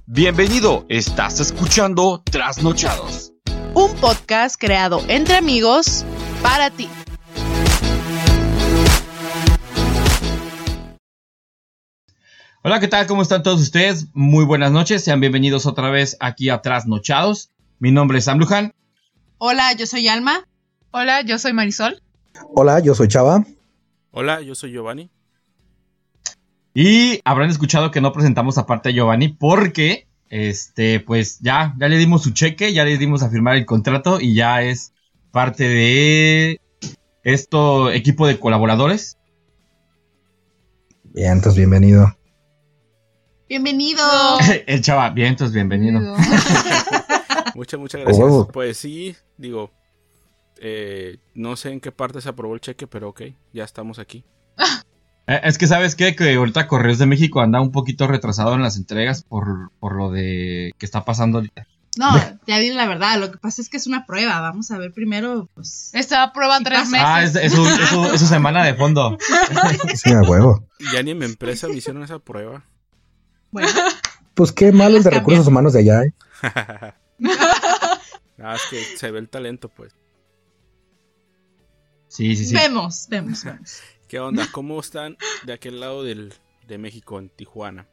Bienvenido, estás escuchando Trasnochados, un podcast creado entre amigos para ti. Hola, ¿qué tal? ¿Cómo están todos ustedes? Muy buenas noches, sean bienvenidos otra vez aquí a Trasnochados. Mi nombre es Sam Luján. Hola, yo soy Alma. Hola, yo soy Marisol. Hola, yo soy Chava. Hola, yo soy Giovanni. Y habrán escuchado que no presentamos aparte a Giovanni porque, pues ya le dimos su cheque, ya le dimos a firmar el contrato y ya es parte de equipo de colaboradores. Bien, entonces bienvenido. Bienvenido. El Chava, bien, entonces bienvenido. Muchas gracias. Pues sí, digo, no sé en qué parte se aprobó el cheque, pero ok, ya estamos aquí. Es que ¿sabes qué? Que ahorita Correos de México anda un poquito retrasado en las entregas por lo de que está pasando ahorita. No, ya dile la verdad, lo que pasa es que es una prueba, vamos a ver primero, pues... Esta prueba 3 meses. Ah, es su semana de fondo. Sí, a huevo. Ya ni en mi empresa me hicieron esa prueba. Bueno. Pues qué malo el de recursos humanos de allá, Es que se ve el talento, pues. Sí. Vemos. ¿Qué onda? ¿Cómo están de aquel lado de México, en Tijuana?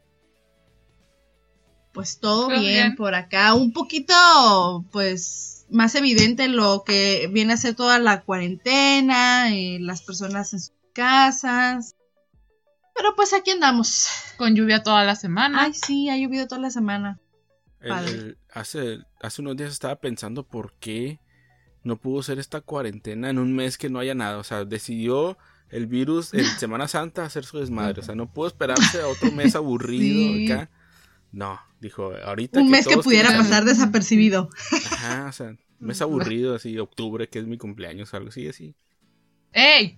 Pues todo bien por acá. Un poquito, pues, más evidente lo que viene a ser toda la cuarentena, las personas en sus casas. Pero pues aquí andamos. Con lluvia toda la semana. Ay, sí, ha llovido toda la semana. Hace unos días estaba pensando por qué no pudo ser esta cuarentena en un mes que no haya nada. O sea, decidió el virus en Semana Santa hacer su desmadre. O sea, no pudo esperarse a otro mes aburrido. Sí. Acá. No, dijo, ahorita un mes que pudiera pasar desapercibido. Ajá, o sea, mes aburrido, así, octubre, que es mi cumpleaños, algo así. ¡Ey!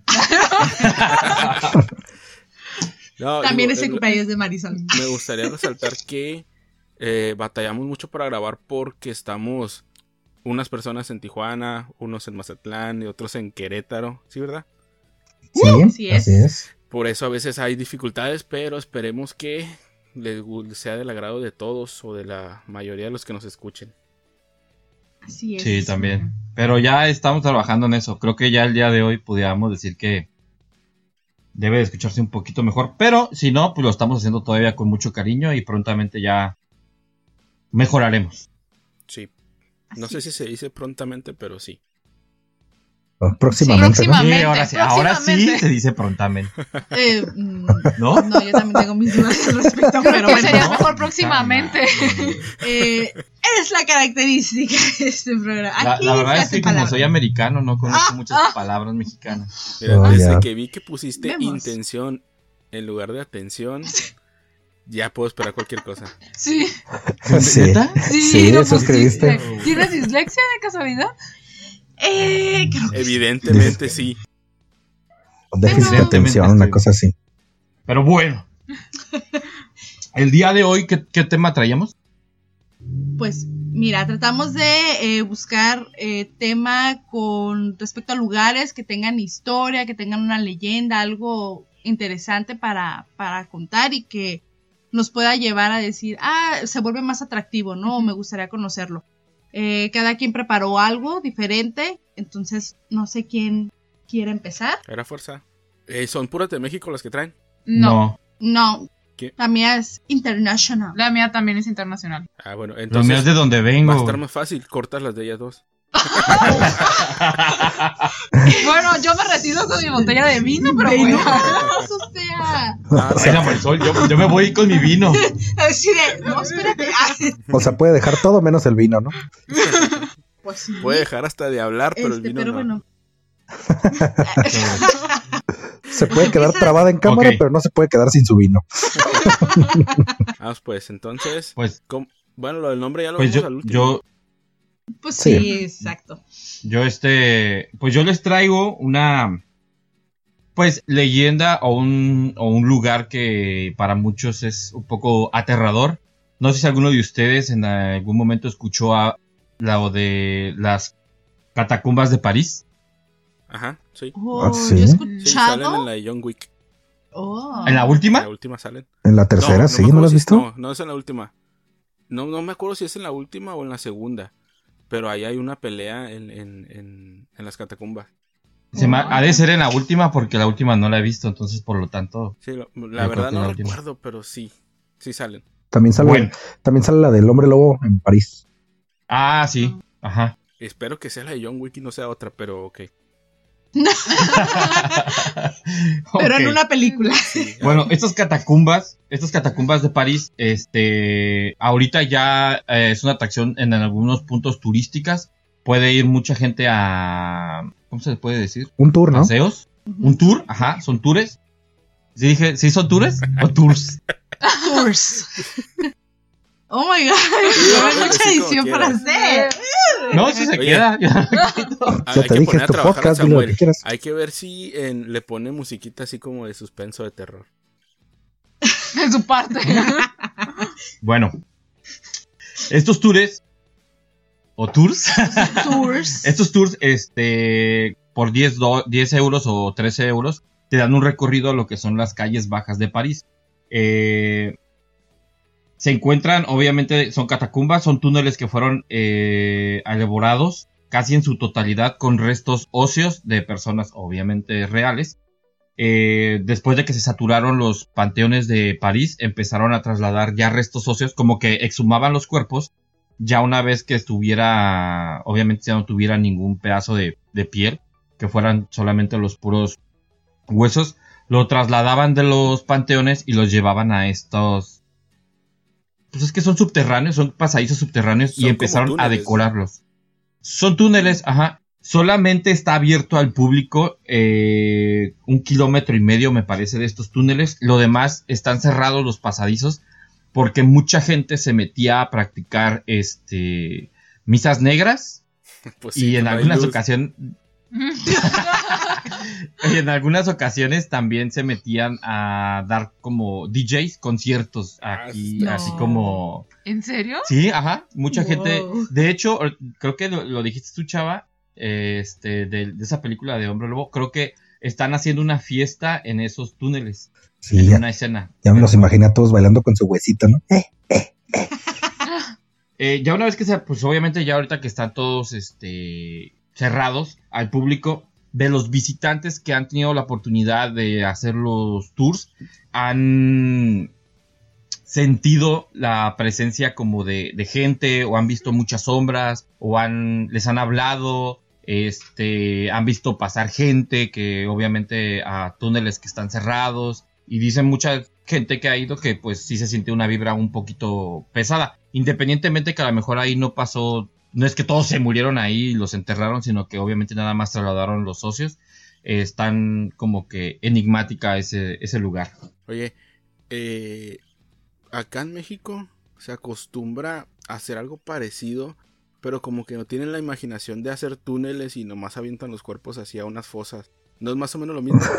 No, también es el cumpleaños de Marisol. Me gustaría resaltar que batallamos mucho para grabar porque estamos unas personas en Tijuana, unos en Mazatlán y otros en Querétaro, ¿sí, verdad? Sí, así es. Por eso a veces hay dificultades, pero esperemos que les sea del agrado de todos o de la mayoría de los que nos escuchen. Así es. Sí, también. Pero ya estamos trabajando en eso. Creo que ya el día de hoy pudiéramos decir que debe de escucharse un poquito mejor. Pero si no, pues lo estamos haciendo todavía con mucho cariño y prontamente ya mejoraremos. Sí. No sé si se dice prontamente, pero sí. Próximamente. Sí, próximamente, ¿no? Sí, ahora sí se dice prontamente. ¿No? No, yo también tengo mis dudas al respecto, pero bueno. Sería mejor próximamente. Es la característica de este programa. La verdad es que como soy americano, no conozco muchas palabras mexicanas. Mira, desde que vi que pusiste intención en lugar de atención, ya puedo esperar cualquier cosa. Sí. ¿Neta? Sí, eso escribiste. ¿Tienes dislexia de casualidad? Creo que evidentemente sí. Déficit de atención, una cosa así. Pero bueno. El día de hoy, ¿qué tema traíamos? Pues mira, tratamos de buscar tema con respecto a lugares que tengan historia, que tengan una leyenda, algo interesante para contar y que nos pueda llevar a decir, se vuelve más atractivo, ¿no? Me gustaría conocerlo. Cada quien preparó algo diferente, entonces no sé quién quiere empezar. Era fuerza. ¿Son puras de México las que traen? No. ¿Qué? La mía es international. La mía también es internacional. Bueno, entonces Lo mío es de donde vengo. va a estar más fácil, cortas las de ellas dos. Bueno, yo me retiro con mi botella de vino, pero bueno. O sea, Venga, Marisol, yo me voy con mi vino. así de, no, espérate. O sea, puede dejar todo menos el vino, ¿no? Pues sí. Puede dejar hasta de hablar, pero el vino pero no. bueno. Se puede quedar trabada en cámara, pero no se puede quedar sin su vino. Pues entonces, Pues, bueno, lo del nombre ya lo pues vimos al último. Pues sí, Sí. exacto. Pues yo les traigo una, pues, leyenda o un lugar que para muchos es un poco aterrador. No sé si alguno de ustedes en algún momento escuchó lo de las catacumbas de París. Ajá, sí. ¿Sí? Yo he Sí, escuchado. salen en la de John Wick. ¿En la última? En la última salen. En la tercera, me sí, acuerdo ¿no lo has si- visto? No es en la última. No me acuerdo si es en la última o en la segunda. Pero ahí hay una pelea en las catacumbas. Ha de ser en la última porque la última no la he visto, entonces por lo tanto... Sí, la verdad no recuerdo, pero sí salen. También sale la del Hombre Lobo en París. Ah, sí, ajá. Espero que sea la de John Wick y no sea otra, pero ok. Pero en una película. Sí. Bueno, estas catacumbas de París, ahorita ya es una atracción en algunos puntos turísticas. Puede ir mucha gente a, ¿cómo se le puede decir? Un tour, ¿no? Paseos. Un tour, ajá, son tours. ¿Sí dije, sí son tours o tours? Tours. Oh my god, hay mucha edición para hacer. No, si se queda. Ya te dije, tu podcast, dile lo que quieras. Hay que ver si le pone musiquita así como de suspenso, de terror. En su parte. Bueno, estos tours o tours, estos tours, por 10 euros o 13 euros, te dan un recorrido a lo que son las calles bajas de París. Se encuentran, obviamente, son catacumbas, son túneles que fueron elaborados casi en su totalidad con restos óseos de personas, obviamente, reales. Después de que se saturaron los panteones de París, empezaron a trasladar ya restos óseos, como que exhumaban los cuerpos, ya una vez que estuviera, obviamente ya no tuviera ningún pedazo de piel, que fueran solamente los puros huesos, lo trasladaban de los panteones y los llevaban a estos... Pues es que son subterráneos, son pasadizos subterráneos y empezaron a decorarlos. Son túneles, ajá. Solamente está abierto al público 1,5 kilómetros me parece de estos túneles. Lo demás están cerrados los pasadizos porque mucha gente se metía a practicar misas negras Pues sí, y en algunas ocasiones... Y en algunas ocasiones también se metían a dar como DJs conciertos aquí, No. así como... ¿En serio? Sí, ajá, mucha Wow. gente... De hecho, creo que lo dijiste tú, Chava, de esa película de Hombre Lobo, creo que están haciendo una fiesta en esos túneles, Sí, en ya, una escena. ya me los imaginé a todos bailando con su huesito, ¿no? Ya una vez que pues obviamente ya ahorita que están todos cerrados al público, de los visitantes que han tenido la oportunidad de hacer los tours, han sentido la presencia como de gente, o han visto muchas sombras, o les han hablado, han visto pasar gente que obviamente a túneles que están cerrados, y dicen mucha gente que ha ido que pues sí se siente una vibra un poquito pesada, independientemente que a lo mejor ahí no pasó. No es que todos se murieron ahí y los enterraron, sino que obviamente nada más trasladaron los socios. Están como que enigmática ese lugar. Oye, acá en México se acostumbra a hacer algo parecido, pero como que no tienen la imaginación de hacer túneles y nomás avientan los cuerpos hacia unas fosas. ¿No es más o menos lo mismo?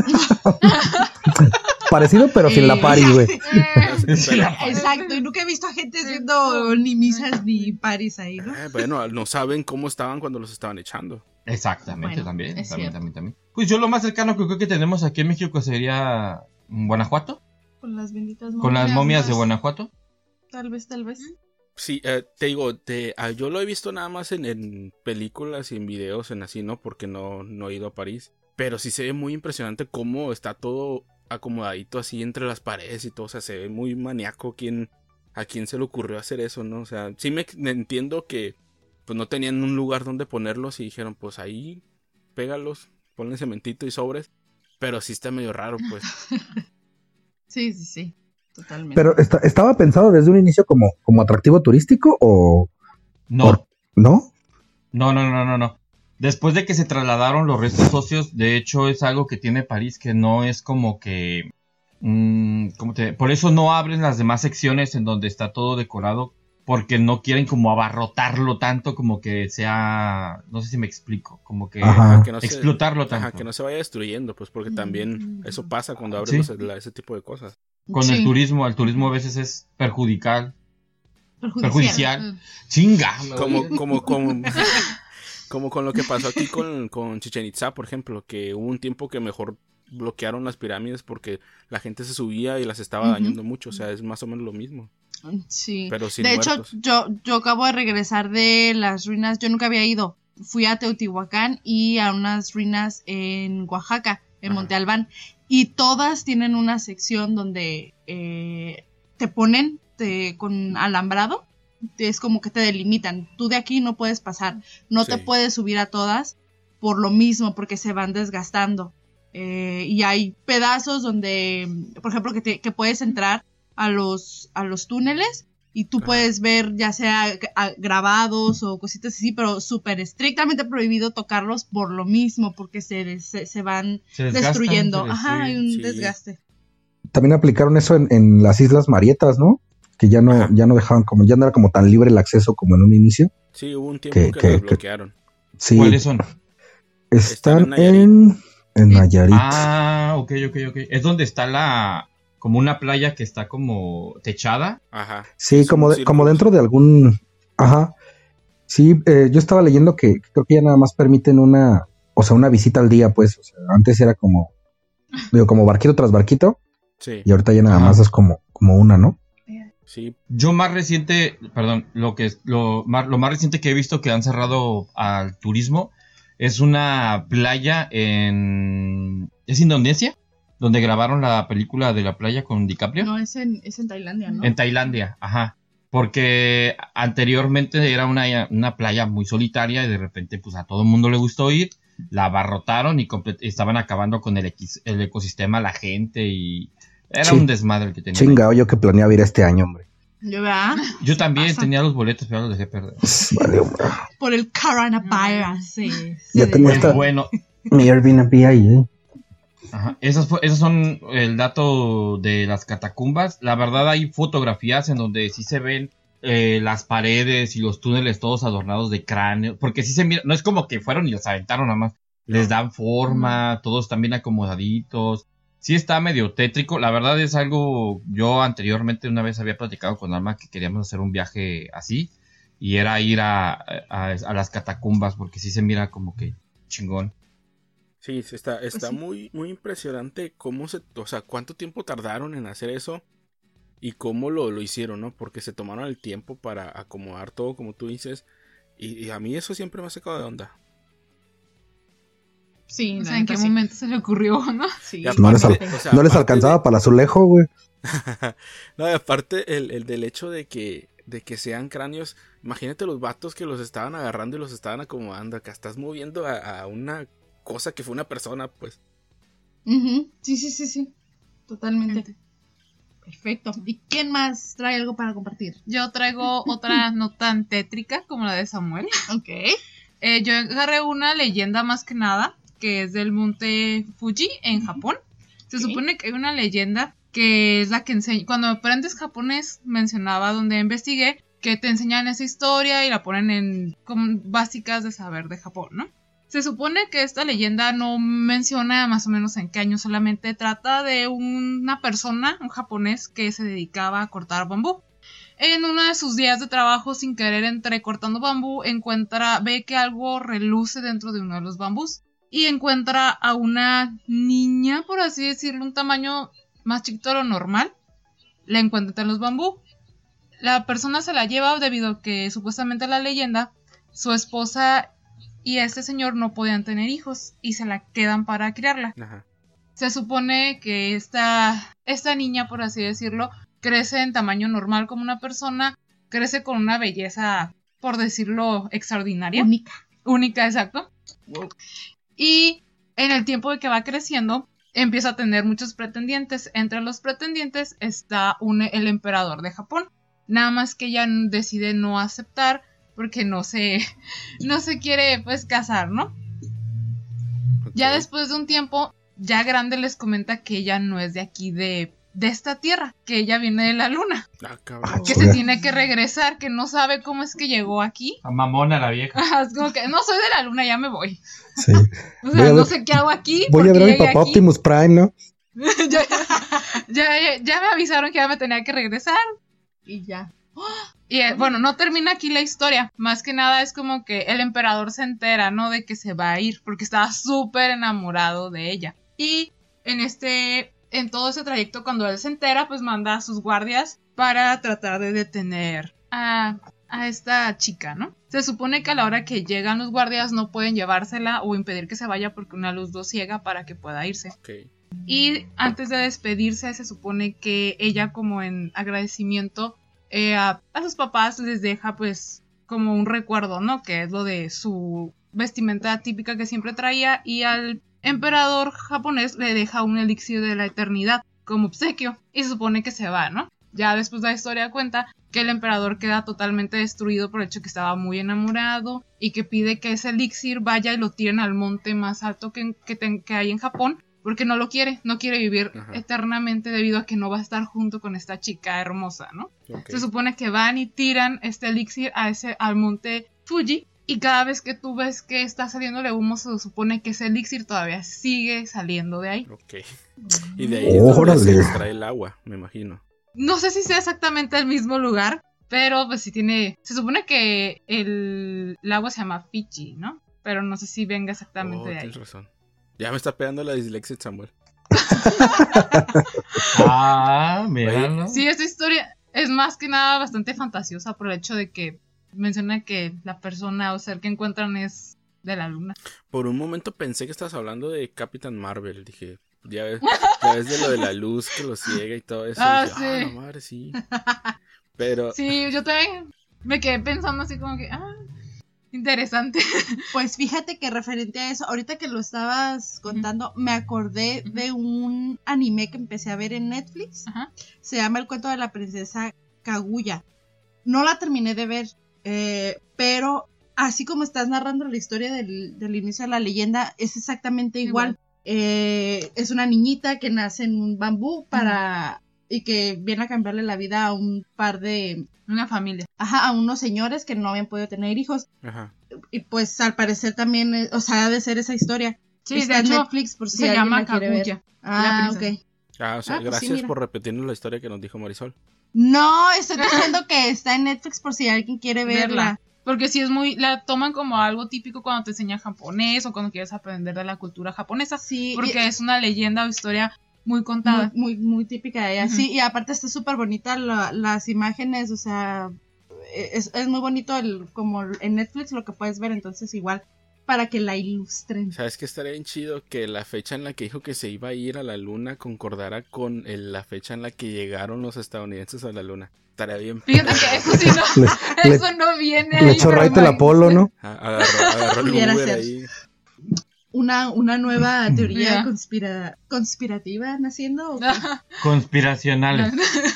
Parecido, pero sin la pari, güey. Exacto, y nunca he visto a gente haciendo ni misas ni paris ahí, ¿no? Bueno, no saben cómo estaban cuando los estaban echando. Exactamente, Bueno, también. es cierto. También. Pues yo lo más cercano que creo que tenemos aquí en México sería Guanajuato. Con las benditas momias. Con las momias de Guanajuato. Tal vez. Sí, te digo, yo lo he visto nada más en películas y en videos, en así, ¿no? Porque no he ido a París. Pero sí se ve muy impresionante cómo está todo acomodadito así entre las paredes y todo. O sea, se ve muy maníaco a quién se le ocurrió hacer eso, ¿no? O sea, sí me entiendo que pues no tenían un lugar donde ponerlos y dijeron, pues ahí pégalos, ponle cementito y sobres. Pero sí está medio raro, pues. Sí, totalmente. Pero ¿estaba pensado desde un inicio como atractivo turístico o No. no? No. Después de que se trasladaron los restos óseos, de hecho es algo que tiene París que no es como que... por eso no abren las demás secciones en donde está todo decorado, porque no quieren como abarrotarlo tanto, como que sea... No sé si me explico, como que que no explotarlo tanto. Ajá, que no se vaya destruyendo, pues porque también eso pasa cuando Sí. abres ese tipo de cosas. Con Sí. el turismo a veces es perjudicial. Perjudicial. Chinga. Como con lo que pasó aquí con Chichén Itzá, por ejemplo, que hubo un tiempo que mejor bloquearon las pirámides porque la gente se subía y las estaba dañando mucho, o sea, es más o menos lo mismo. Sí. Pero sin de muertos. hecho, yo acabo de regresar de las ruinas. Yo nunca había ido. Fui a Teotihuacán y a unas ruinas en Oaxaca, en Monte Albán. Y todas tienen una sección donde te ponen con alambrado. Es como que te delimitan. Tú de aquí no puedes pasar. No te puedes subir a todas por lo mismo, porque se van desgastando. Y hay pedazos donde, por ejemplo, que puedes entrar a los túneles y tú puedes ver ya sea grabados o cositas así, pero súper estrictamente prohibido tocarlos por lo mismo, porque se van destruyendo. Hay un desgaste. También aplicaron eso en las Islas Marietas, ¿no? Que ya no dejaban ya no era como tan libre el acceso como en un inicio. Sí, hubo un tiempo que lo bloquearon. Sí. ¿Cuáles son? Están en Nayarit. Ok. Es donde está como una playa que está como techada. Ajá. Sí, como dentro de algún... Ajá. Sí, yo estaba leyendo que creo que ya nada más permiten una visita al día, pues. O sea, antes era como barquito tras barquito. Sí. Y ahorita ya nada más es como una, ¿no? Sí. Yo más reciente, perdón, lo más reciente que he visto que han cerrado al turismo es una playa ¿es Indonesia? Donde grabaron la película de la playa con DiCaprio. No, es en Tailandia, ¿no? En Tailandia, ajá. Porque anteriormente era una playa muy solitaria y de repente pues a todo el mundo le gustó ir, la abarrotaron y estaban acabando con el ecosistema, la gente y era un desmadre el que tenía. Chingado, yo que planeaba ir este año, hombre. Yo también tenía los boletos, pero los dejé perder. Vale, hombre. Por el coronavirus, sí. Ya tenía mi Airbnb ahí, Ajá. Esos son el dato de las catacumbas. La verdad hay fotografías en donde sí se ven las paredes y los túneles todos adornados de cráneos, porque sí se mira, no es como que fueron y los aventaron nada más, les dan forma, todos están bien acomodaditos. Sí está medio tétrico, la verdad es algo, yo anteriormente una vez había platicado con Alma que queríamos hacer un viaje así, y era ir a las catacumbas, porque sí se mira como que chingón. Sí, está sí. muy, muy impresionante cuánto tiempo tardaron en hacer eso y cómo lo hicieron, ¿no? Porque se tomaron el tiempo para acomodar todo, como tú dices, y a mí eso siempre me ha sacado de onda. Sí, o sea, ¿en qué momento se le ocurrió, no? Sí. No les alcanzaba para el azulejo, güey. No, y aparte el del hecho de que sean cráneos, imagínate los vatos que los estaban agarrando y los estaban acomodando, acá estás moviendo a una cosa que fue una persona, pues. Sí. Totalmente. Perfecto. ¿Y quién más trae algo para compartir? Yo traigo otra no tan tétrica como la de Samuel. Ok. Yo agarré una leyenda más que nada, que es del monte Fuji en Japón. Se supone que hay una leyenda que es la que enseña... Cuando aprendes japonés, mencionaba donde investigué, que te enseñan esa historia y la ponen en como básicas de saber de Japón, ¿no? Se supone que esta leyenda no menciona más o menos en qué año, solamente trata de una persona, un japonés, que se dedicaba a cortar bambú. En uno de sus días de trabajo, sin querer, cortando bambú, ve que algo reluce dentro de uno de los bambús. Y encuentra a una niña, por así decirlo, un tamaño más chiquito de lo normal. La encuentra entre los bambú. La persona se la lleva debido a que, supuestamente la leyenda, su esposa y este señor no podían tener hijos y se la quedan para criarla. Ajá. Se supone que esta niña, por así decirlo, crece en tamaño normal como una persona, crece con una belleza, por decirlo, extraordinaria. Única, exacto. Wow. Y en el tiempo de que va creciendo, empieza a tener muchos pretendientes. Entre los pretendientes está el emperador de Japón. Nada más que ella decide no aceptar porque no se quiere pues casar, ¿no? Okay. Ya después de un tiempo, ya grande, les comenta que ella no es de aquí de esta tierra, que ella viene de la luna. Que se tiene que regresar, que no sabe cómo es que llegó aquí. A mamona la vieja. Es como que no soy de la luna, ya me voy. Sí. O sea, no sé qué hago aquí. Voy a ver a mi papá aquí. Optimus Prime, ¿no? ya me avisaron que ya me tenía que regresar. Y ya. Y bueno, no termina aquí la historia. Más que nada es como que el emperador se entera, ¿no? De que se va a ir, porque estaba súper enamorado de ella. Y en este en todo ese trayecto, cuando él se entera, pues manda a sus guardias para tratar de detener a esta chica, ¿no? Se supone que a la hora que llegan los guardias no pueden llevársela o impedir que se vaya porque una luz lo ciega para que pueda irse. Ok. Y antes de despedirse, se supone que ella, como en agradecimiento a sus papás, les deja pues como un recuerdo, ¿no? Que es lo de su vestimenta típica que siempre traía, y al emperador japonés le deja un elixir de la eternidad como obsequio, y se supone que se va, ¿no? Ya después la historia cuenta que el emperador queda totalmente destruido por el hecho que estaba muy enamorado y que pide que ese elixir vaya y lo tiren al monte más alto que hay en Japón, porque no quiere vivir eternamente debido a que no va a estar junto con esta chica hermosa, ¿no? Okay. Se supone que van y tiran este elixir al monte Fuji, y cada vez que tú ves que está saliéndole humo, se supone que ese elixir todavía sigue saliendo de ahí. Ok. Y de ahí es donde se extrae el agua, me imagino. No sé si sea exactamente el mismo lugar, pero pues sí tiene... Se supone que el agua se llama Fiji, ¿no? Pero no sé si venga exactamente de ahí. Tienes razón. Ya me está pegando la dislexia, Samuel. Mira, ¿no? Sí, esta historia es más que nada bastante fantasiosa por el hecho de que menciona que la persona o ser que encuentran es de la luna. Por un momento pensé que estabas hablando de Capitán Marvel. Dije, ya ves de lo de la luz que lo ciega y todo eso. Ah, dije, sí. No, madre, sí. Pero... Sí, yo también me quedé pensando así como que... interesante. Pues fíjate que referente a eso, ahorita que lo estabas contando, me acordé de un anime que empecé a ver en Netflix. Ajá. Se llama El cuento de la princesa Kaguya. No la terminé de ver, pero así como estás narrando la historia del inicio de la leyenda, es exactamente igual. Es una niñita que nace en un bambú y que viene a cambiarle la vida a un par de... Una familia. Ajá, a unos señores que no habían podido tener hijos. Ajá. Y pues al parecer también, ha de ser esa historia. Sí, está de en hecho, Netflix por si se alguien llama la quiere ver. Kaguya. Ok. O sea, pues gracias sí, por repetirnos la historia que nos dijo Marisol. No, estoy diciendo que está en Netflix por si alguien quiere verla. Porque sí es la toman como algo típico cuando te enseñan japonés o cuando quieres aprender de la cultura japonesa. Sí. Porque es una leyenda o historia muy contada. Muy, muy, muy típica de ella. Uh-huh. Sí, y aparte está súper bonita las imágenes, o sea, es muy bonito como en Netflix lo que puedes ver, entonces igual para que la ilustren. ¿Sabes qué estaría bien chido? Que la fecha en la que dijo que se iba a ir a la luna concordara con la fecha en la que llegaron los estadounidenses a la luna. Estaría bien. Fíjate que eso sí no, eso no viene ahí. Le echó right el Apolo, ¿no? Agarró el Uber ahí. Una nueva teoría conspirativa naciendo. Conspiracionales.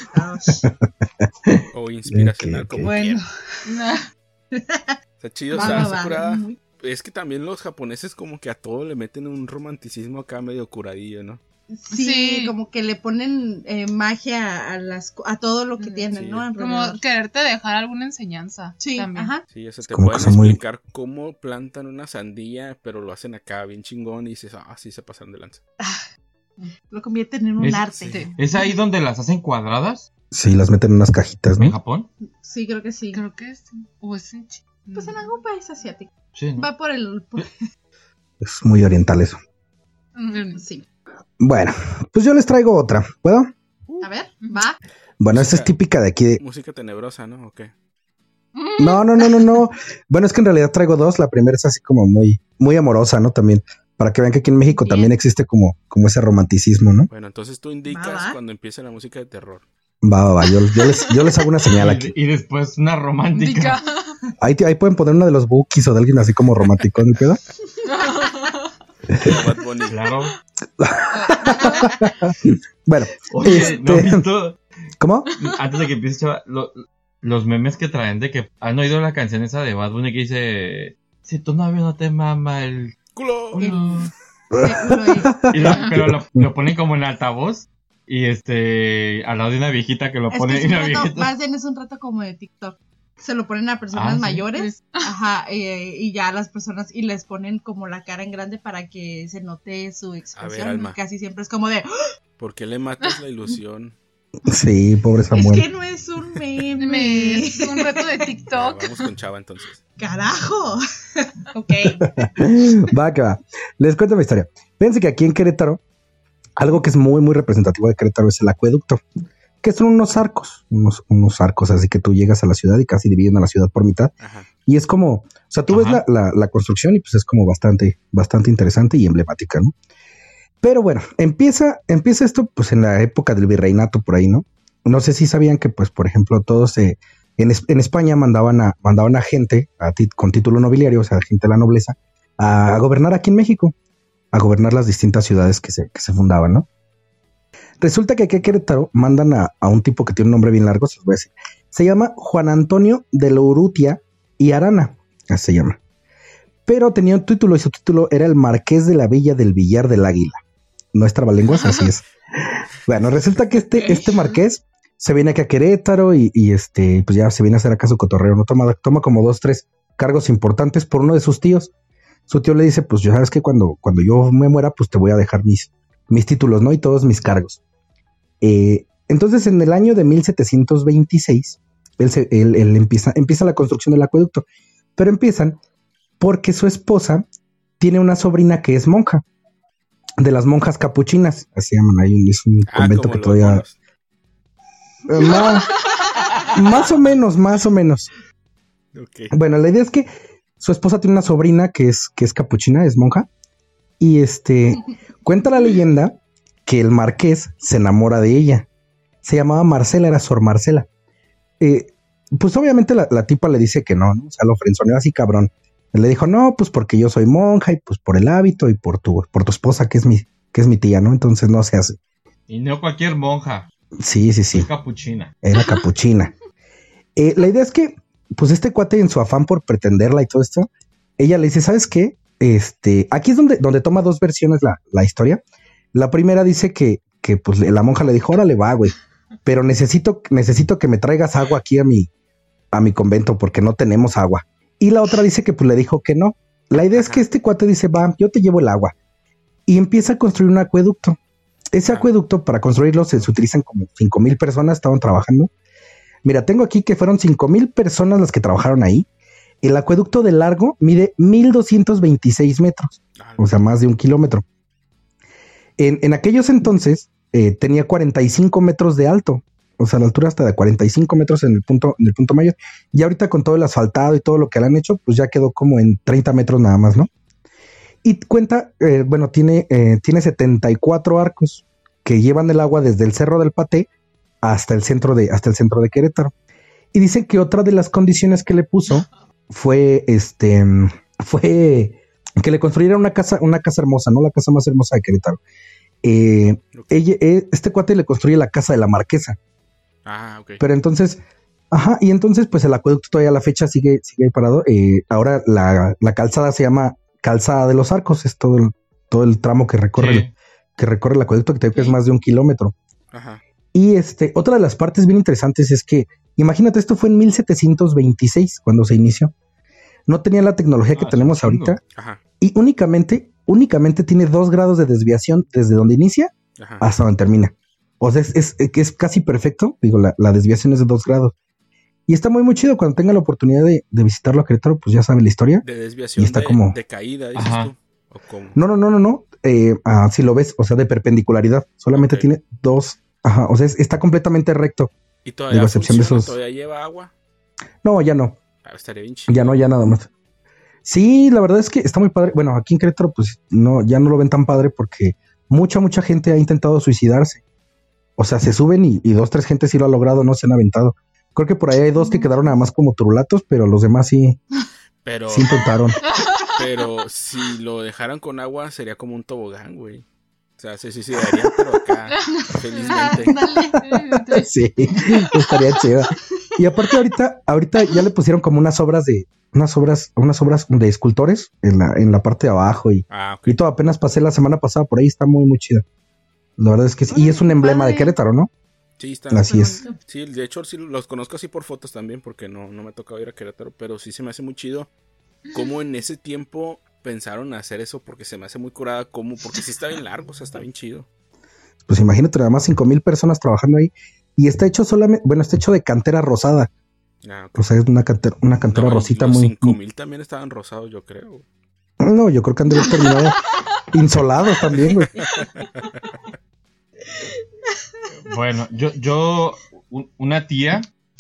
O inspiracional, como bueno. Está chido, Sakura. Es que también los japoneses como que a todo le meten un romanticismo acá medio curadillo, ¿no? Sí, como que le ponen magia a todo lo que tienen, ¿no? Como quererte dejar alguna enseñanza. Sí, también. Ajá. Sí, eso te pueden explicar cómo plantan una sandía, pero lo hacen acá bien chingón y dices, sí se pasan de lanza. Lo convierten en un arte. Sí. ¿Es ahí donde las hacen cuadradas? Sí, las meten en unas cajitas, ¿no? ¿En Japón? Sí, creo que sí. Creo que es. O es en China. Pues en algún país asiático. Sí, ¿no? Va por Es muy oriental eso. Sí. Bueno, pues yo les traigo otra, ¿puedo? A ver, va. Bueno, esta es típica de aquí. Música tenebrosa, ¿no? ¿O qué? No. Bueno, es que en realidad traigo dos. La primera es así como muy, muy amorosa, ¿no? También, para que vean que aquí en México también existe como ese romanticismo, ¿no? Bueno, entonces tú indicas cuando empiece la música de terror. Va. Yo les hago una señal aquí. Y después una romántica. Ahí pueden poner una de los Bukis o de alguien así como romántico, ¿no? ¿Pedo? Bad Bunny. Claro. Bueno, oye, ¿no has visto? ¿Cómo? Antes de que empiece, chaval, los memes que traen de que han oído la canción esa de Bad Bunny que dice: si tu novio no te mama el culo. Pero lo ponen como en altavoz y al lado de una viejita que lo pone en una viejita. Más bien es un rato como de TikTok. Se lo ponen a personas mayores, ajá, y ya a las personas, y les ponen como la cara en grande para que se note su expresión. A ver, Alma, casi siempre es como de... ¿por qué le matas la ilusión? Sí, pobre Samuel. Es que no es un meme. Es un reto de TikTok. Vamos con Chava entonces. ¡Carajo! Ok. Va que va. Les cuento mi historia. Fíjense que aquí en Querétaro Algo que es muy, muy representativo de Querétaro es el acueducto, que son unos arcos, unos arcos, así que tú llegas a la ciudad y casi dividen a la ciudad por mitad. Ajá. Y es como, o sea, tú ves la construcción y pues es como bastante interesante y emblemática, ¿no? Pero bueno, empieza esto pues en la época del virreinato por ahí, ¿no? No sé si sabían que pues, por ejemplo, todos en España mandaban a gente con título nobiliario, o sea, gente de la nobleza, a gobernar aquí en México, a gobernar las distintas ciudades que se fundaban, ¿no? Resulta que aquí a Querétaro mandan a un tipo que tiene un nombre bien largo, se los voy a decir. Se llama Juan Antonio de la Urrutia y Arana, así se llama. Pero tenía un título y su título era el Marqués de la Villa del Villar del Águila. No es trabalenguas, así es. Bueno, resulta que este marqués se viene aquí a Querétaro y pues ya se viene a hacer acá su cotorreo, ¿no? Toma como 2, 3 cargos importantes por uno de sus tíos. Su tío le dice, pues ya sabes que cuando yo me muera, pues te voy a dejar mis títulos, ¿no? Y todos mis cargos. Entonces, en el año de 1726, él empieza la construcción del acueducto, pero empiezan porque su esposa tiene una sobrina que es monja, de las monjas capuchinas, así se llaman, es un convento que todavía... Más o menos. Okay. Bueno, la idea es que su esposa tiene una sobrina que es capuchina, es monja, y cuenta la leyenda que el marqués se enamora de ella. Se llamaba Marcela, era Sor Marcela. Pues obviamente la tipa le dice que no, ¿no? O sea, lo frenzoneó así cabrón. Él le dijo, no, pues porque yo soy monja y pues por el hábito y por tu esposa que es mi tía, ¿no? Entonces no se hace. Y no cualquier monja. Sí. Es capuchina. Era capuchina. La idea es que, pues este cuate en su afán por pretenderla y todo esto, ella le dice, ¿sabes qué? Aquí es donde toma 2 versiones la historia. La primera dice que pues la monja le dijo, órale va, güey, pero necesito que me traigas agua aquí a mi convento porque no tenemos agua. Y la otra dice que pues le dijo que no. La idea es que este cuate dice, va, yo te llevo el agua. Y empieza a construir un acueducto. Ese acueducto, para construirlo, se utilizan como 5,000 personas, estaban trabajando. Mira, tengo aquí que fueron 5,000 personas las que trabajaron ahí. El acueducto de largo mide 1,226 metros, o sea, más de 1 kilómetro. En aquellos entonces tenía 45 metros de alto, o sea, la altura hasta de 45 metros en el punto mayor. Y ahorita con todo el asfaltado y todo lo que le han hecho, pues ya quedó como en 30 metros nada más, ¿no? Y cuenta, tiene 74 arcos que llevan el agua desde el Cerro del Paté hasta el centro de Querétaro. Y dicen que otra de las condiciones que le puso fue que le construyera una casa hermosa, ¿no? La casa más hermosa de Querétaro. Este cuate le construye la casa de la marquesa. Ah, ok. Pero entonces, y entonces pues el acueducto todavía a la fecha sigue ahí parado. Ahora la calzada se llama Calzada de los Arcos, es todo el tramo que recorre el acueducto, que es más de 1 kilómetro. Ajá. Y otra de las partes bien interesantes es que, imagínate, esto fue en 1726 cuando se inició. No tenía la tecnología que tenemos ahorita. Ajá. Y únicamente tiene 2 grados de desviación desde donde inicia hasta donde termina. O sea, es casi perfecto. Digo, la desviación es de 2 grados. Y está muy, muy chido. Cuando tenga la oportunidad de visitarlo a Querétaro, pues ya sabe la historia. De desviación, y está como... de caída, dices tú. ¿O cómo? No. Si lo ves, o sea, de perpendicularidad. Solamente tiene 2. Ajá, o sea, está completamente recto. ¿Y todavía excepción funciona? de esos... ¿Todavía lleva agua? No, ya no. Estaría bien chido. Ya nada más. Sí, la verdad es que está muy padre. Bueno, aquí en Querétaro, pues ya no lo ven tan padre porque mucha gente ha intentado suicidarse. O sea, se suben y 2, 3 gente sí lo ha logrado, no se han aventado. Creo que por ahí hay 2 que quedaron nada más como turulatos, pero los demás sí intentaron. Pero si lo dejaran con agua, sería como un tobogán, güey. O sea, se suicidaría, pero acá, felizmente. Sí, estaría chido. Y aparte ahorita ya le pusieron como unas obras de escultores en la parte de abajo y todo. Apenas pasé la semana pasada por ahí, está muy, muy chido. La verdad es que sí. Y es un emblema de Querétaro, ¿no? Sí, está. Así es. Sí, de hecho sí los conozco así por fotos también, porque no me ha tocado ir a Querétaro, pero sí se me hace muy chido cómo en ese tiempo pensaron hacer eso, porque se me hace muy curada porque sí está bien largo, o sea, está bien chido. Pues imagínate, nada más 5,000 personas trabajando ahí, y está hecho está hecho de cantera rosada. Okay. O sea, es una cantera rosita los muy... 5,000 también estaban rosados, yo creo. No, yo creo que han de haber terminado insolados también, güey. Bueno, una tía,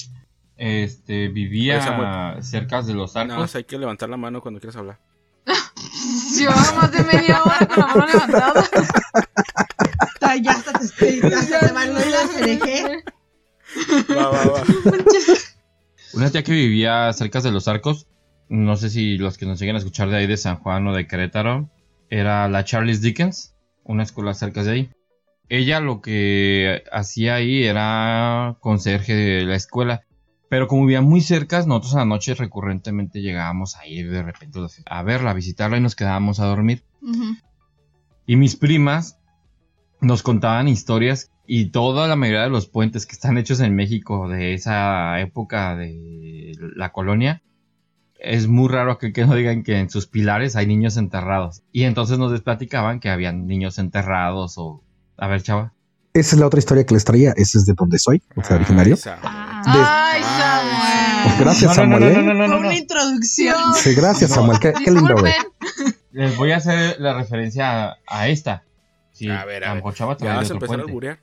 vivía cerca de los Nada más arcos. hay que levantar la mano cuando quieras hablar. Llevaba más de media hora con la mano levantada. Ya hasta te van las hereje. Va. Una tía que vivía cerca de los arcos, no sé si los que nos siguen a escuchar de ahí de San Juan o de Querétaro, era la Charles Dickens, una escuela cerca de ahí. Ella lo que hacía ahí era conserje de la escuela, pero como vivía muy cerca, nosotros a la noche recurrentemente llegábamos a ir de repente a verla, a visitarla y nos quedábamos a dormir. Ujú. Y mis primas nos contaban historias y toda la mayoría de los puentes que están hechos en México de esa época de la colonia, es muy raro que no digan que en sus pilares hay niños enterrados. Y entonces nos platicaban que habían niños enterrados o... A ver, chava. Esa es la otra historia que les traía. Ese es de donde soy, o sea, originario. Ay, Samuel. Gracias, Samuel. Fue una introducción. Sí, gracias, Samuel. Qué lindo, güey. Disculpen. Les voy a hacer la referencia a esta. Sí, A ver. a lo mejor Chava ¿Ya trae vas a otro empezar a puente. alburear?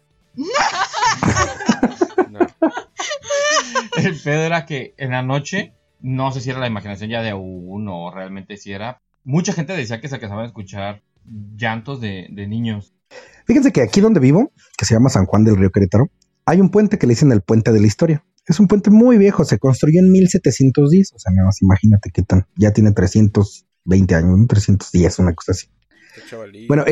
No. El pedo era que en la noche, no sé si era la imaginación ya de uno o realmente si era... Mucha gente decía que se alcanzaban a escuchar llantos de niños. Fíjense que aquí donde vivo, que se llama San Juan del Río Querétaro, hay un puente que le dicen el Puente de la Historia. Es un puente muy viejo, se construyó en 1710, o sea, nada más imagínate qué tan, ya tiene 320 años, ¿no? 310, una cosa así. Qué chavalillo. Bueno,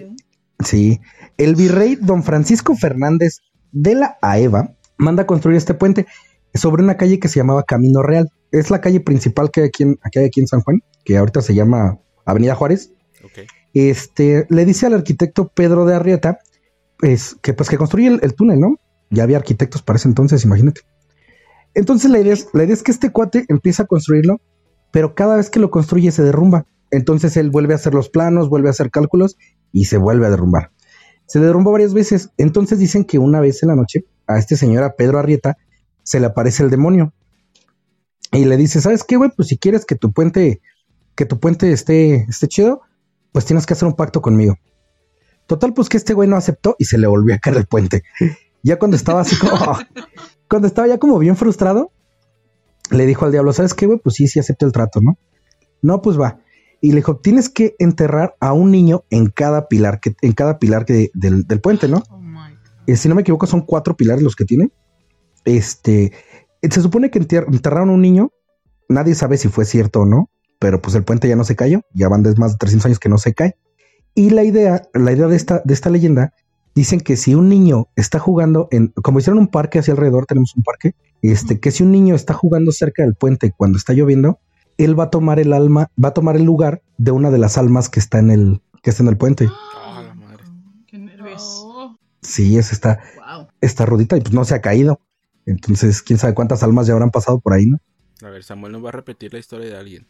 el virrey don Francisco Fernández de la Aeva manda a construir este puente sobre una calle que se llamaba Camino Real. Es la calle principal que hay aquí en San Juan, que ahorita se llama Avenida Juárez. Ok. Le dice al arquitecto Pedro de Arrieta que construye el túnel, ¿no? Ya había arquitectos para ese entonces, imagínate. Entonces la idea es que este cuate empieza a construirlo, pero cada vez que lo construye se derrumba. Entonces él vuelve a hacer los planos, vuelve a hacer cálculos y se vuelve a derrumbar. Se le derrumbó varias veces. Entonces dicen que una vez en la noche a este señor, a Pedro Arrieta, se le aparece el demonio y le dice, ¿sabes qué, güey? Pues si quieres que tu puente esté chido, pues tienes que hacer un pacto conmigo. Total, pues que este güey no aceptó y se le volvió a caer el puente. Ya cuando estaba así como... cuando estaba ya como bien frustrado, le dijo al diablo, ¿sabes qué, güey? Pues sí acepto el trato, ¿no? No, pues va. Y le dijo, tienes que enterrar a un niño en cada pilar del puente, ¿no? Oh my God. Si no me equivoco, son 4 pilares los que tiene. Se supone que enterraron a un niño. Nadie sabe si fue cierto o no, pero pues el puente ya no se cayó. Ya van más de 300 años que no se cae. Y la idea de esta leyenda, dicen que si un niño está jugando como hicieron un parque hacia alrededor, tenemos un parque, que si un niño está jugando cerca del puente cuando está lloviendo, él va a tomar el lugar de una de las almas que está en el puente. Ah, la madre. Qué nervios. Oh. Sí, Wow. está rudita y pues no se ha caído. Entonces, quién sabe cuántas almas ya habrán pasado por ahí, ¿no? A ver, Samuel nos va a repetir la historia de alguien.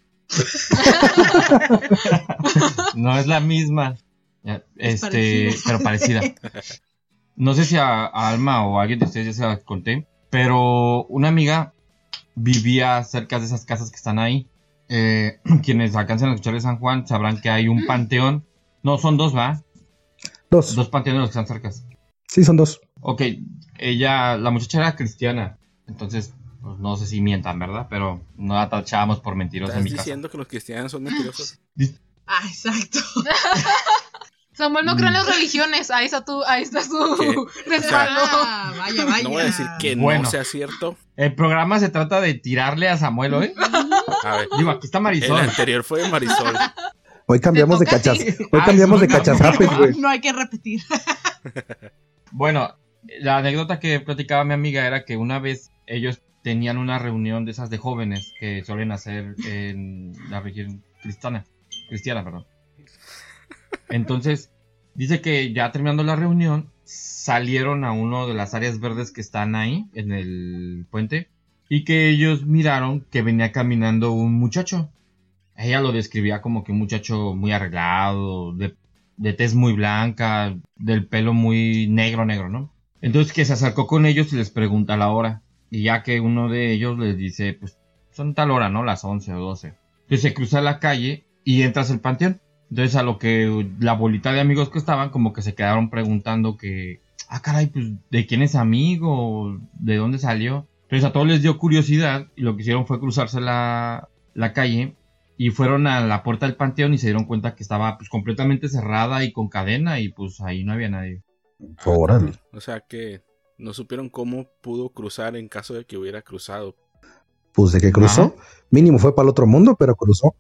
No es la misma. parecida. Pero parecida. No sé si a Alma o a alguien de ustedes ya se la conté, pero una amiga vivía cerca de esas casas que están ahí. Quienes alcancen a escuchar de San Juan sabrán que hay un panteón. No, son 2, ¿va? 2. 2 panteones los que están cerca. Sí, son 2. Ok, la muchacha era cristiana, entonces pues, no sé si mientan, ¿verdad? Pero no la tachábamos por mentirosa ¿Estás en mi casa. diciendo que los cristianos son mentirosos? Ah, exacto. Samuel no cree en las religiones. Ahí está su ¿Qué? respaldo. Ah, vaya. No voy a decir que Bueno. no sea cierto. El programa se trata de tirarle a Samuel, ¿eh? A ver, Digo, aquí está el Marisol. anterior fue de Marisol. Hoy cambiamos de toca a ti. cachas. Hoy cambiamos de cachazapes, güey. No hay que repetir. Bueno, la anécdota que platicaba mi amiga era que una vez ellos tenían una reunión de esas de jóvenes que suelen hacer en la región cristiana, perdón. Entonces, dice que ya terminando la reunión, salieron a uno de las áreas verdes que están ahí, en el puente, y que ellos miraron que venía caminando un muchacho. Ella lo describía como que un muchacho muy arreglado, de tez muy blanca, del pelo muy negro, ¿no? Entonces que se acercó con ellos y les pregunta la hora. Y ya que uno de ellos les dice, pues, son tal hora, ¿no? Las 11 o 12. Entonces se cruza la calle y entras al panteón. Entonces a lo que la bolita de amigos que estaban como que se quedaron preguntando que caray, pues, ¿de quién es amigo? ¿De dónde salió? Entonces a todos les dio curiosidad y lo que hicieron fue cruzarse la calle y fueron a la puerta del panteón y se dieron cuenta que estaba pues completamente cerrada y con cadena y pues ahí no había nadie. Órale. O sea que no supieron cómo pudo cruzar en caso de que hubiera cruzado. Pues de que cruzó, mínimo fue para el otro mundo, pero cruzó.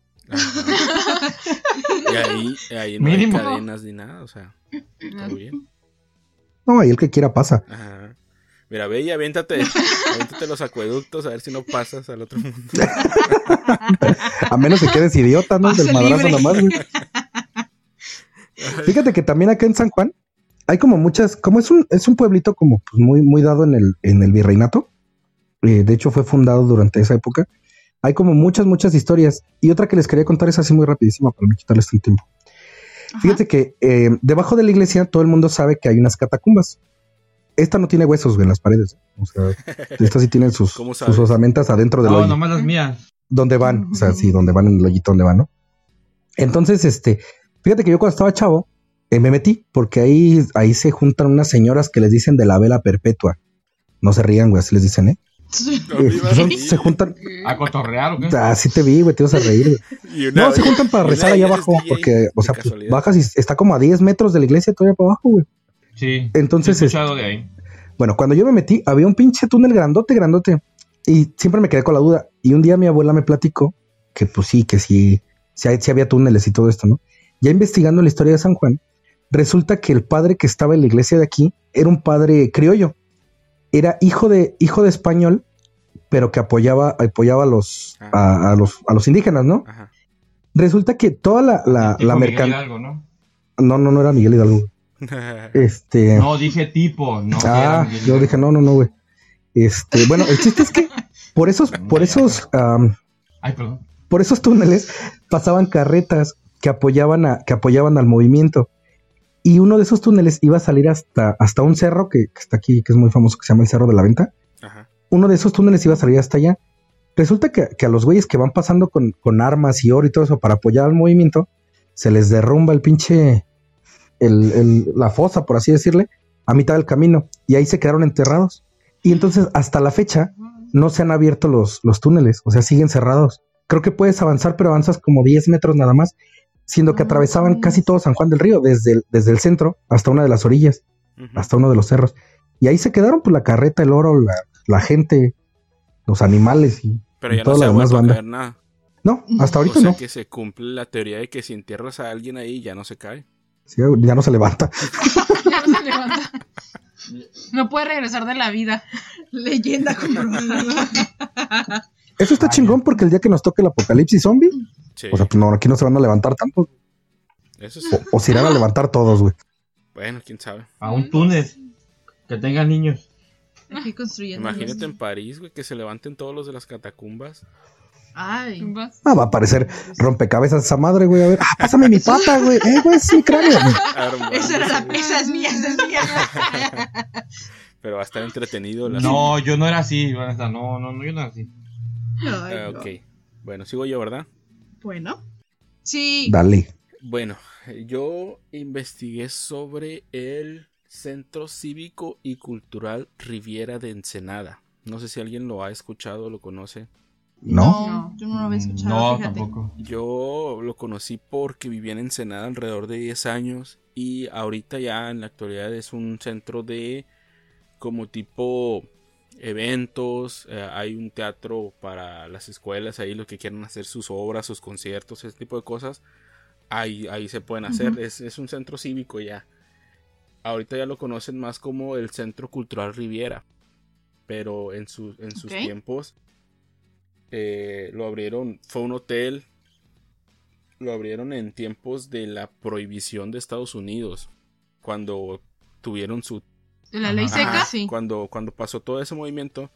Y ahí no Mínimo. hay cadenas ni nada, o sea, está bien. No, ahí el que quiera pasa. Ajá. Mira, ve y aviéntate los acueductos a ver si no pasas al otro mundo. A menos que quedes idiota, ¿no? Pase Del madrazo libre. nomás, güey. Fíjate que también acá en San Juan hay como muchas, como es un pueblito como pues, muy dado en el virreinato. De hecho fue fundado durante esa época. Hay como muchas historias. Y otra que les quería contar es así muy rapidísima para no quitarles el tiempo. Ajá. Fíjate que debajo de la iglesia todo el mundo sabe que hay unas catacumbas. Esta no tiene huesos güey, en las paredes. O sea, esta sí tiene sus ¿Cómo sabes? osamentas adentro del No, hoyo. nomás las mías. Donde van, o sea, sí, donde van en el hoyito donde van, ¿no? Entonces, fíjate que yo cuando estaba chavo, me metí, porque ahí se juntan unas señoras que les dicen de la vela perpetua. No se rían, güey, así les dicen, ¿eh? Se juntan. ¿A cotorrear o qué? Así te vi, güey, te ibas a reír, güey. No, se juntan para rezar allá abajo, porque, o sea, pues, bajas y está como a 10 metros de la iglesia todavía para abajo, güey. Sí. Entonces, he escuchado de ahí. Bueno, cuando yo me metí, había un pinche túnel grandote. Y siempre me quedé con la duda. Y un día mi abuela me platicó que pues sí había túneles y todo esto, ¿no? Ya investigando la historia de San Juan, resulta que el padre que estaba en la iglesia de aquí era un padre criollo. Era hijo de español, pero que apoyaba a los indígenas, ¿no? Ajá. Resulta que toda la Tipo Miguel mercancía... Hidalgo, ¿no? No era Miguel Hidalgo. No, dije tipo, no. que era Miguel Yo Hidalgo. dije, no, güey. Bueno, el chiste es que por esos Ay, perdón. por esos túneles pasaban carretas que apoyaban al movimiento. Y uno de esos túneles iba a salir hasta un cerro que está aquí, que es muy famoso, que se llama el Cerro de la Venta. Ajá. Uno de esos túneles iba a salir hasta allá. Resulta que a los güeyes que van pasando con armas y oro y todo eso para apoyar al movimiento, se les derrumba el pinche, la fosa, por así decirle, a mitad del camino. Y ahí se quedaron enterrados. Y entonces, hasta la fecha, no se han abierto los túneles. O sea, siguen cerrados. Creo que puedes avanzar, pero avanzas como 10 metros nada más. Siendo que atravesaban casi todo San Juan del Río, desde el centro hasta una de las orillas, Ujú. hasta uno de los cerros. Y ahí se quedaron, pues, la carreta, el oro, la gente, los animales y Pero ya toda no se la ha demás vuelto a banda. caer nada. No, hasta ahorita O sea no. que se cumple la teoría de que si entierras a alguien ahí ya no se cae. Sí, ya no se levanta. Ya no se levanta. No puede regresar de la vida. Leyenda comprobada. Eso está chingón porque el día que nos toque el apocalipsis zombie, Sí, o sea, pues no, aquí no se van a levantar tantos. eso sí. O se irán a levantar todos, güey. Bueno, quién sabe. A un túnel. Que tengan niños. Aquí construyendo. Imagínate en París, güey, que se levanten todos los de las catacumbas. Ay. Tumbas. Va a aparecer rompecabezas esa madre, güey. A ver, pásame mi pata, güey. Güey, sí, cráneo. Esa era la esa es mía, esa es mía. Pero va a estar entretenido. No, yo no era así. No, yo no era así. Ay, no. Ok. Bueno, sigo yo, ¿verdad? Bueno. Sí. Dale. Bueno, yo investigué sobre el Centro Cívico y Cultural Riviera de Ensenada. No sé si alguien lo ha escuchado o lo conoce. ¿No? Yo no lo había escuchado. No, fíjate. tampoco. Yo lo conocí porque vivía en Ensenada alrededor de 10 años y ahorita ya en la actualidad es un centro de como tipo eventos, hay un teatro para las escuelas, ahí los que quieran hacer sus obras, sus conciertos, ese tipo de cosas, ahí se pueden hacer. Ujú. Es un centro cívico ya. Ahorita ya lo conocen más como el Centro Cultural Riviera, pero en sus Ok. tiempos lo abrieron, fue un hotel, lo abrieron en tiempos de la prohibición de Estados Unidos, cuando tuvieron su... De la ley Ajá. seca. Ah, sí. Cuando pasó todo ese movimiento,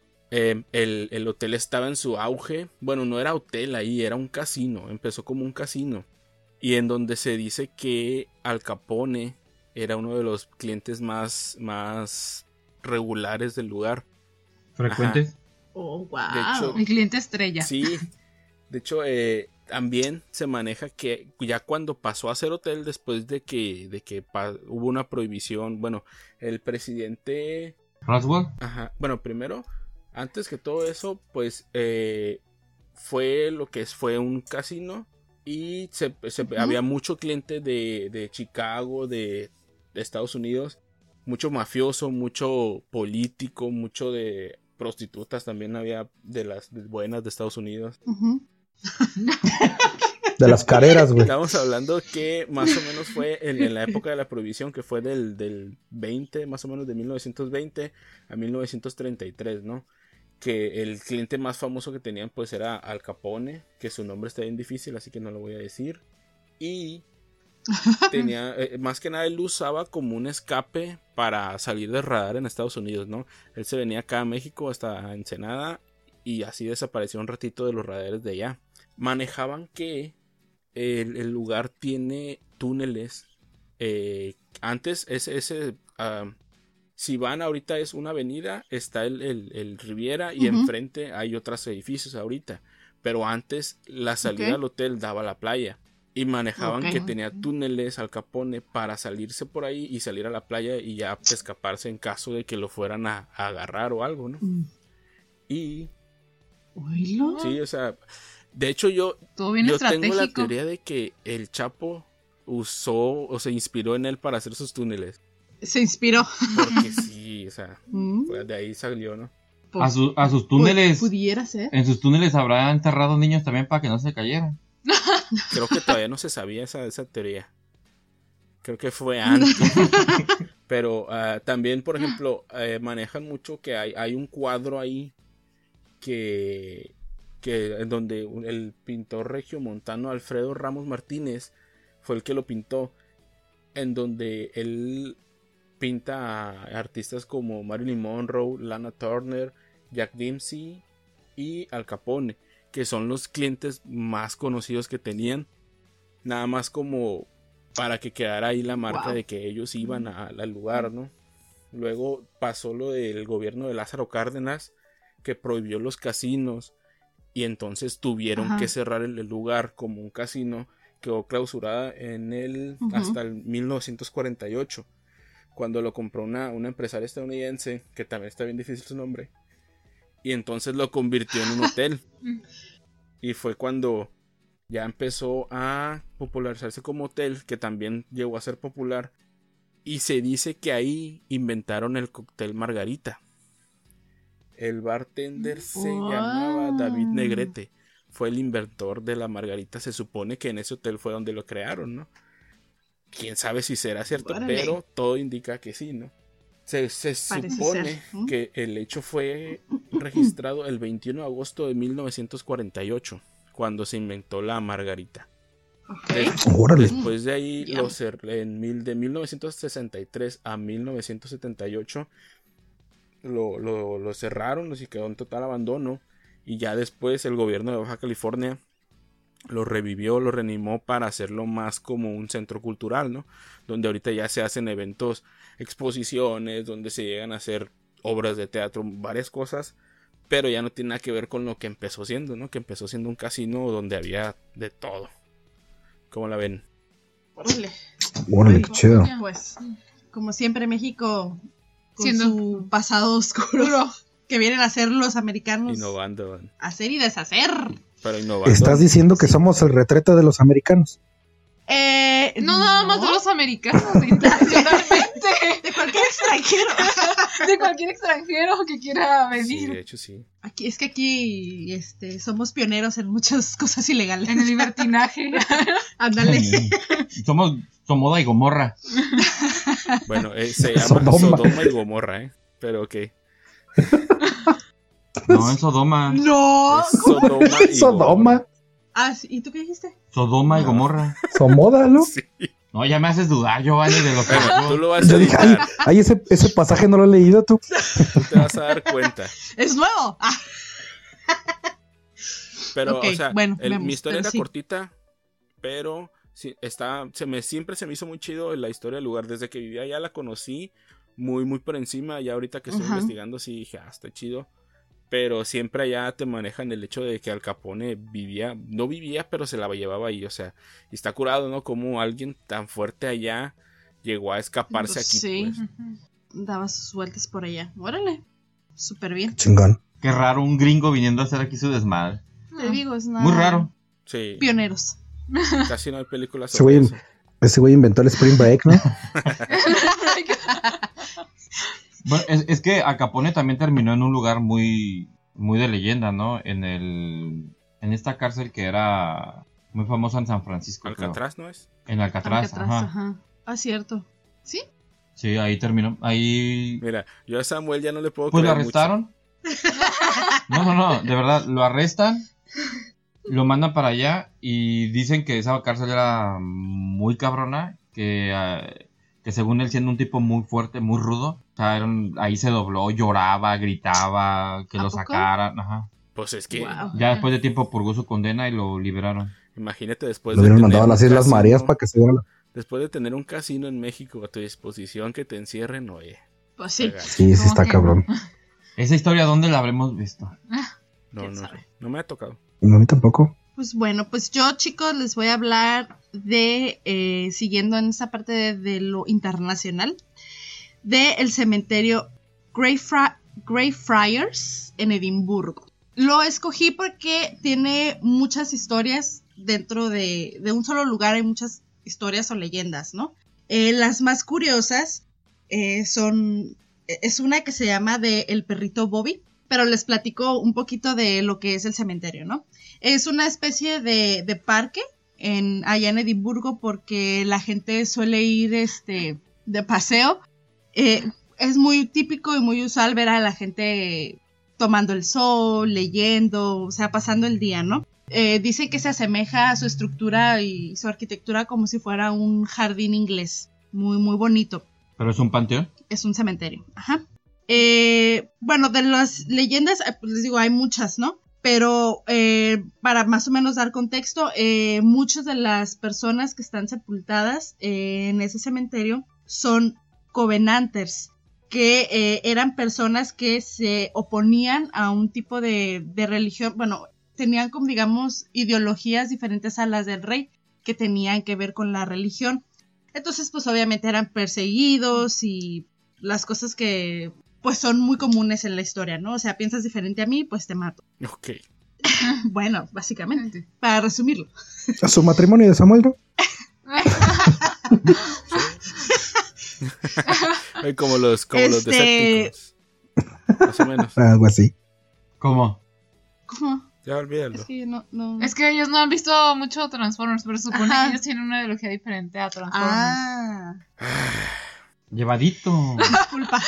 el hotel estaba en su auge. Bueno, no era hotel ahí, era un casino. Empezó como un casino. Y en donde se dice que Al Capone era uno de los clientes más regulares del lugar. ¿Frecuentes? Oh, wow. De hecho, El cliente estrella. Sí, de hecho, también se maneja que ya cuando pasó a ser hotel, después de que hubo una prohibición, bueno, el presidente... Roswell. Ajá, bueno, primero, antes que todo eso, pues fue lo que fue un casino y había mucho cliente de Chicago, de Estados Unidos, mucho mafioso, mucho político, mucho de prostitutas también había de las buenas de Estados Unidos. Ujú. De las carreras, güey. Estamos hablando que más o menos fue en la época de la prohibición, que fue del 20, más o menos de 1920 a 1933, ¿no? Que el cliente más famoso que tenían pues era Al Capone, que su nombre está bien difícil, así que no lo voy a decir. Y tenía, más que nada él lo usaba como un escape para salir de radar en Estados Unidos, ¿no? Él se venía acá a México hasta Ensenada y así desapareció un ratito de los radares de allá. Manejaban que el lugar tiene túneles. Antes si van ahorita es una avenida, está el Riviera y enfrente hay otros edificios ahorita. Pero antes la salida al hotel daba a la playa. Y manejaban que tenía túneles Al Capone para salirse por ahí y salir a la playa y ya escaparse en caso de que lo fueran a agarrar o algo, ¿no? Y... ¿Oílo? Sí, o sea... De hecho yo tengo la teoría de que el Chapo usó o se inspiró en él para hacer sus túneles. Se inspiró. Porque sí, o sea, pues de ahí salió, ¿no? A sus túneles. Pudiera ser. En sus túneles habrá enterrado niños también para que no se cayeran. Creo que todavía no se sabía esa teoría. Creo que fue antes. Pero también, por ejemplo, manejan mucho que hay un cuadro ahí que en donde el pintor regiomontano Alfredo Ramos Martínez fue el que lo pintó, en donde él pinta a artistas como Marilyn Monroe, Lana Turner, Jack Dempsey y Al Capone, que son los clientes más conocidos que tenían, nada más como para que quedara ahí la marca de que ellos iban al lugar, ¿no? Luego pasó lo del gobierno de Lázaro Cárdenas, que prohibió los casinos. Y entonces tuvieron que cerrar el lugar como un casino. Quedó clausurada hasta el 1948. Cuando lo compró una empresaria estadounidense, que también está bien difícil su nombre. Y entonces lo convirtió en un hotel. Y fue cuando ya empezó a popularizarse como hotel, que también llegó a ser popular. Y se dice que ahí inventaron el cóctel Margarita. El bartender se llamaba David Negrete. Fue el inventor de la margarita. Se supone que en ese hotel fue donde lo crearon, ¿no? Quién sabe si será cierto, pero todo indica que sí, ¿no? Se supone que el hecho fue registrado el 21 de agosto de 1948, cuando se inventó la margarita. Después de ahí, de 1963 a 1978, lo cerraron y quedó en total abandono. Y ya después el gobierno de Baja California lo revivió, lo reanimó para hacerlo más como un centro cultural, ¿no? Donde ahorita ya se hacen eventos, exposiciones, donde se llegan a hacer obras de teatro, varias cosas, pero ya no tiene nada que ver con lo que empezó siendo, ¿no? Que empezó siendo un casino donde había de todo. ¿Cómo la ven? Órale, qué chido. Pues, como siempre, México con siendo su pasado oscuro que vienen a hacer los americanos. Innovando. Hacer y deshacer. Pero innovando. ¿Estás diciendo que somos el retrete de los americanos? No nada más de los americanos, internacionalmente. De cualquier extranjero. De cualquier extranjero que quiera venir. Sí, de hecho sí. Aquí somos pioneros en muchas cosas ilegales. En el libertinaje. Ándale. Somos Sodoma y Gomorra. Bueno, se llama Sodoma y Gomorra, pero ok. No, en Sodoma. No. Es Sodoma y Sodoma. Ah, ¿y tú qué dijiste? Sodoma y Gomorra. Somoda, ¿no? Sí. No, ya me haces dudar, Giovanni, de lo que Pero tú digo. lo vas a Yo dije, editar. ay, ese pasaje no lo he leído tú. Tú te vas a dar cuenta. Es nuevo. Pero, Ok, o sea, bueno, mi historia pero era sí. cortita, pero sí, siempre se me hizo muy chido la historia del lugar. Desde que vivía allá la conocí muy, muy por encima. Ya ahorita que estoy investigando, sí dije, está chido. Pero siempre allá te manejan el hecho de que Al Capone no vivía, pero se la llevaba ahí, o sea, y está curado, ¿no? Como alguien tan fuerte allá llegó a escaparse aquí. Sí, pues. daba sus vueltas por allá. Órale, súper bien. Chingón. Qué raro, un gringo viniendo a hacer aquí su desmadre. Te digo, es nada. Muy raro. Sí, Pioneros. casi no hay películas Ese sobre güey, eso. ese güey inventó el Spring Break, ¿no? Bueno, es que Al Capone también terminó en un lugar muy, muy de leyenda, ¿no? En esta cárcel que era muy famosa en San Francisco. Alcatraz, ¿no es? Creo. En Alcatraz, Alcatraz, ajá. ajá. Ah, cierto. ¿Sí? Sí, ahí terminó. Ahí. Mira, yo a Samuel ya no le puedo Pues lo creer mucho. arrestaron. No, de verdad, lo arrestan, lo mandan para allá y dicen que esa cárcel era muy cabrona, que según él siendo un tipo muy fuerte, muy rudo, o sea, ahí se dobló, lloraba, gritaba, que ¿A lo poco? sacaran, ajá. Pues es que, Wow. Ya después de tiempo purgó su condena y lo liberaron. imagínate después Lo de hubieran tener mandado a las un Islas casino- Marías para que se dieran. Después de tener un casino en México a tu disposición, que te encierren, oye. Pues sí. Oiga, Sí, sí ¿Cómo está que cabrón. Esa historia, ¿dónde la habremos visto? No, ¿Quién no, sabe? no me ha tocado. No, a mí tampoco. Pues bueno, pues yo, chicos, les voy a hablar de, siguiendo en esta parte de lo internacional, de el cementerio Greyfriars en Edimburgo. Lo escogí porque tiene muchas historias dentro de un solo lugar, hay muchas historias o leyendas, ¿no? Las más curiosas es una que se llama de El Perrito Bobby, pero les platico un poquito de lo que es el cementerio, ¿no? Es una especie de parque allá en Edimburgo porque la gente suele ir de paseo. Es muy típico y muy usual ver a la gente tomando el sol, leyendo, o sea, pasando el día, ¿no? Dicen que se asemeja a su estructura y su arquitectura como si fuera un jardín inglés, muy, muy bonito. ¿Pero es un panteón? Es un cementerio, ajá. Bueno, de las leyendas, pues les digo, hay muchas, ¿no? Pero para más o menos dar contexto, muchas de las personas que están sepultadas en ese cementerio son covenanters, que eran personas que se oponían a un tipo de religión, bueno, tenían como digamos ideologías diferentes a las del rey, que tenían que ver con la religión. Entonces, pues obviamente eran perseguidos y las cosas que pues son muy comunes en la historia, ¿no? O sea, piensas diferente a mí, pues te mato. Ok. Bueno, básicamente, para resumirlo. A su matrimonio de Samuel, ¿no? Ay, como los Decepticons. Más o menos. Algo así. ¿Cómo? ¿Cómo? Ya olvídalo. Es que no. Es que ellos no han visto mucho Transformers, pero se supone Ajá. que ellos tienen una ideología diferente a Transformers. Ah, Llevadito. disculpa.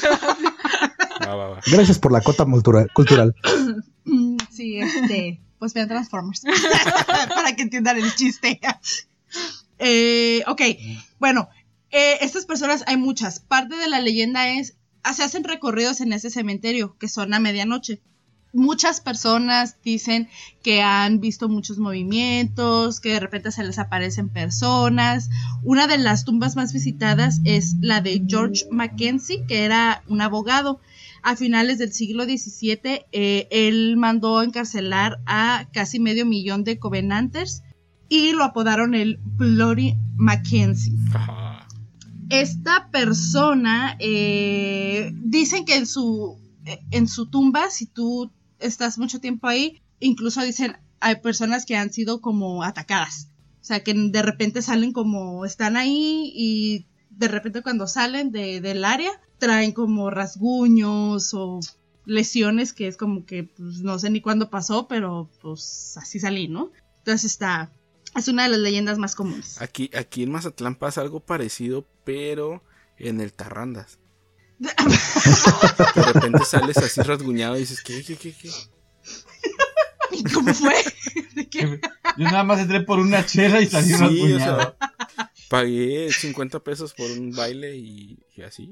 Va. Gracias por la cota cultural. Sí, pues vean Transformers. Para que entiendan el chiste. Ok, bueno, estas personas hay muchas. Parte de la leyenda es, se hacen recorridos en ese cementerio, que son a medianoche. Muchas personas dicen que han visto muchos movimientos, que de repente se les aparecen personas. Una de las tumbas más visitadas es la de George Mackenzie, que era un abogado. A finales del siglo XVII, él mandó encarcelar a casi 500,000 de covenanters y lo apodaron el Bloody Mackenzie. Ajá. Esta persona, dicen que en su tumba, si tú estás mucho tiempo ahí, incluso dicen, hay personas que han sido como atacadas. O sea, que de repente salen como, están ahí y de repente cuando salen del área, traen como rasguños o lesiones que es como que, pues, no sé ni cuándo pasó, pero pues así salí, ¿no? Entonces es una de las leyendas más comunes. Aquí en Mazatlán pasa algo parecido, pero en el Tarrandas. De repente sales así rasguñado y dices, ¿qué? ¿Y cómo fue? ¿De qué? Yo nada más entré por una chela y salí Sí, o rasguñado. sea, pagué 50 pesos por un baile y así.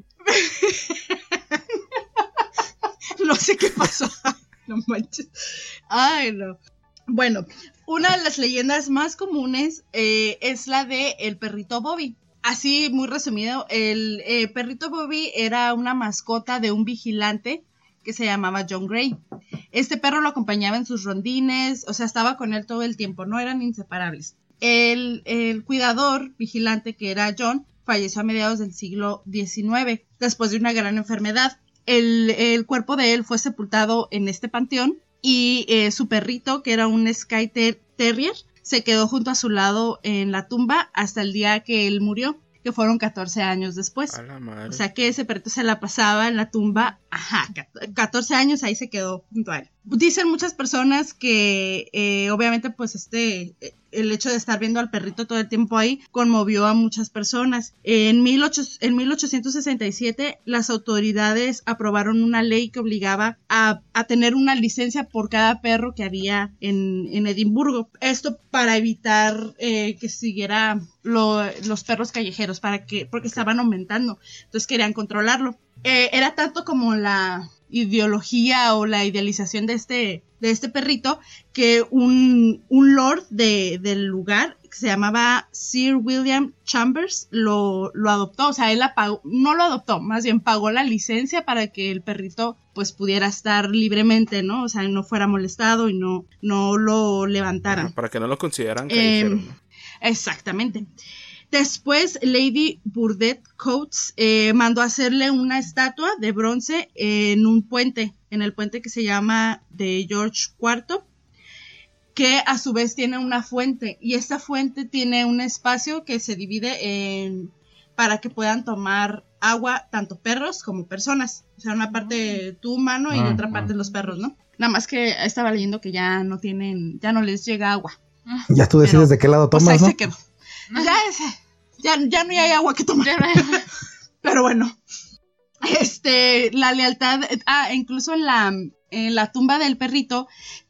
No sé qué pasó. No manches. Ay, no. Bueno, una de las leyendas más comunes es la de el perrito Bobby. Así, muy resumido, el perrito Bobby era una mascota de un vigilante que se llamaba John Gray. Este perro lo acompañaba en sus rondines, o sea, estaba con él todo el tiempo, no eran inseparables. El cuidador vigilante, que era John, falleció a mediados del siglo XIX, después de una gran enfermedad. El cuerpo de él fue sepultado en este panteón y su perrito, que era un Skye Terrier, se quedó junto a su lado en la tumba hasta el día que él murió, que fueron 14 años después. A la madre. O sea que ese perrito se la pasaba en la tumba, 14 años ahí se quedó junto a él. Dicen muchas personas que obviamente pues el hecho de estar viendo al perrito todo el tiempo ahí conmovió a muchas personas. En 1867 las autoridades aprobaron una ley que obligaba a tener una licencia por cada perro que había en Edimburgo. Esto para evitar que siguiera los perros callejeros, porque estaban aumentando. Entonces querían controlarlo. Era tanto como la ideología o la idealización de este perrito que un lord del lugar que se llamaba Sir William Chambers lo adoptó. O sea, él no lo adoptó, más bien pagó la licencia para que el perrito pues pudiera estar libremente, ¿no? O sea, no fuera molestado y no lo levantaran. Para que no lo consideraran callejero, ¿no? Exactamente. Después, Lady Burdett Coates mandó hacerle una estatua de bronce en un puente, en el puente que se llama de George IV, que a su vez tiene una fuente, y esta fuente tiene un espacio que se divide para que puedan tomar agua tanto perros como personas. O sea, una parte tu humano y otra parte los perros, ¿no? Nada más que estaba leyendo que ya no les llega agua. Ya tú decides de qué lado tomas, pues ahí ¿no? se quedó. Ya no hay agua que tomar. Pero bueno, la lealtad, incluso en la tumba del perrito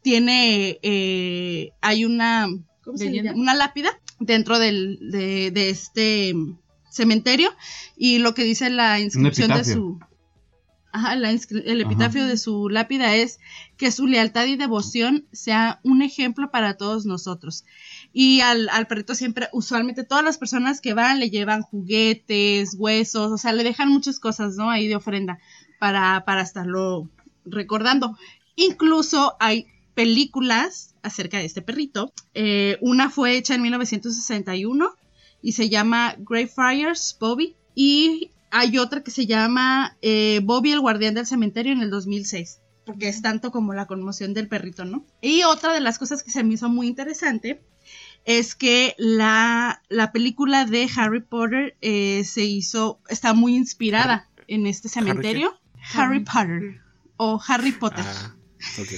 hay una, ¿cómo se llama? Una lápida dentro de este cementerio, y lo que dice la inscripción de su... el epitafio de su lápida es que su lealtad y devoción sea un ejemplo para todos nosotros. Y al perrito siempre, usualmente todas las personas que van le llevan juguetes, huesos, o sea, le dejan muchas cosas, ¿no? Ahí de ofrenda para estarlo recordando. Incluso hay películas acerca de este perrito. Una fue hecha en 1961 y se llama Greyfriars Bobby, y hay otra que se llama Bobby el guardián del cementerio en el 2006, porque es tanto como la conmoción del perrito, ¿no? Y otra de las cosas que se me hizo muy interesante es que la película de Harry Potter está muy inspirada en este cementerio. Harry Potter o Harry Potter. Okay.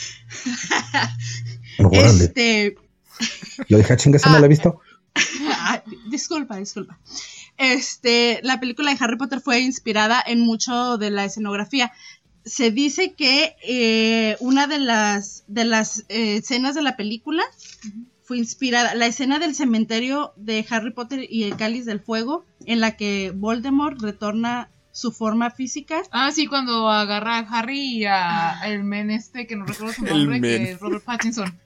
Yo dije, chinga, ¿se no la he visto? Disculpa. La película de Harry Potter fue inspirada en mucho de la escenografía. Se dice que una de las escenas de la película fue inspirada, la escena del cementerio de Harry Potter y el Cáliz del Fuego, en la que Voldemort retorna su forma física. Sí, cuando agarra a Harry y a el men que no recuerdo su nombre, que es Robert Pattinson.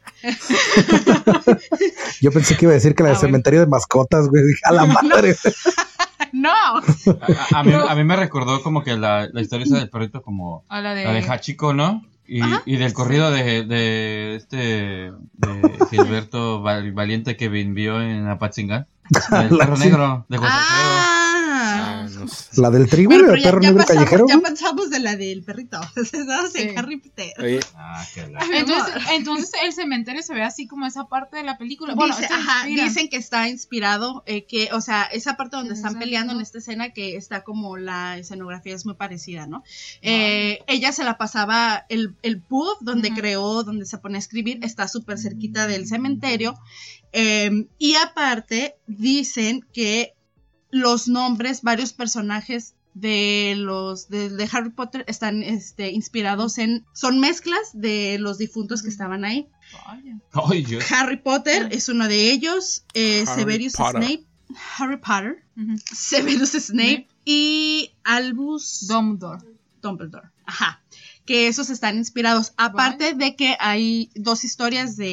Yo pensé que iba a decir que la del cementerio de mascotas, güey. Dije, a la madre. No. A mí me recordó como que la historia esa del perrito como la de Hachiko, ¿no? Y del corrido de Gilberto Valiente que vivió en Apatzingán. El perro negro de José No sé. La del trigo, bueno, el perro negro callejero. Ya pensamos de la del perrito. Estamos en Harry Potter. Entonces el cementerio se ve así como esa parte de la película. Dicen que está inspirado, o sea, esa parte donde están peleando en esta escena, que está como la escenografía es muy parecida, ¿no? Ella se la pasaba, el pub donde creó, donde se pone a escribir, está súper cerquita del cementerio. Y aparte dicen que los nombres, varios personajes de Harry Potter están inspirados son mezclas de los difuntos que estaban ahí. Harry Potter es uno de ellos, Severus Snape, Harry Potter, Severus Snape y Albus Dumbledore. Que esos están inspirados. Aparte de que hay dos historias de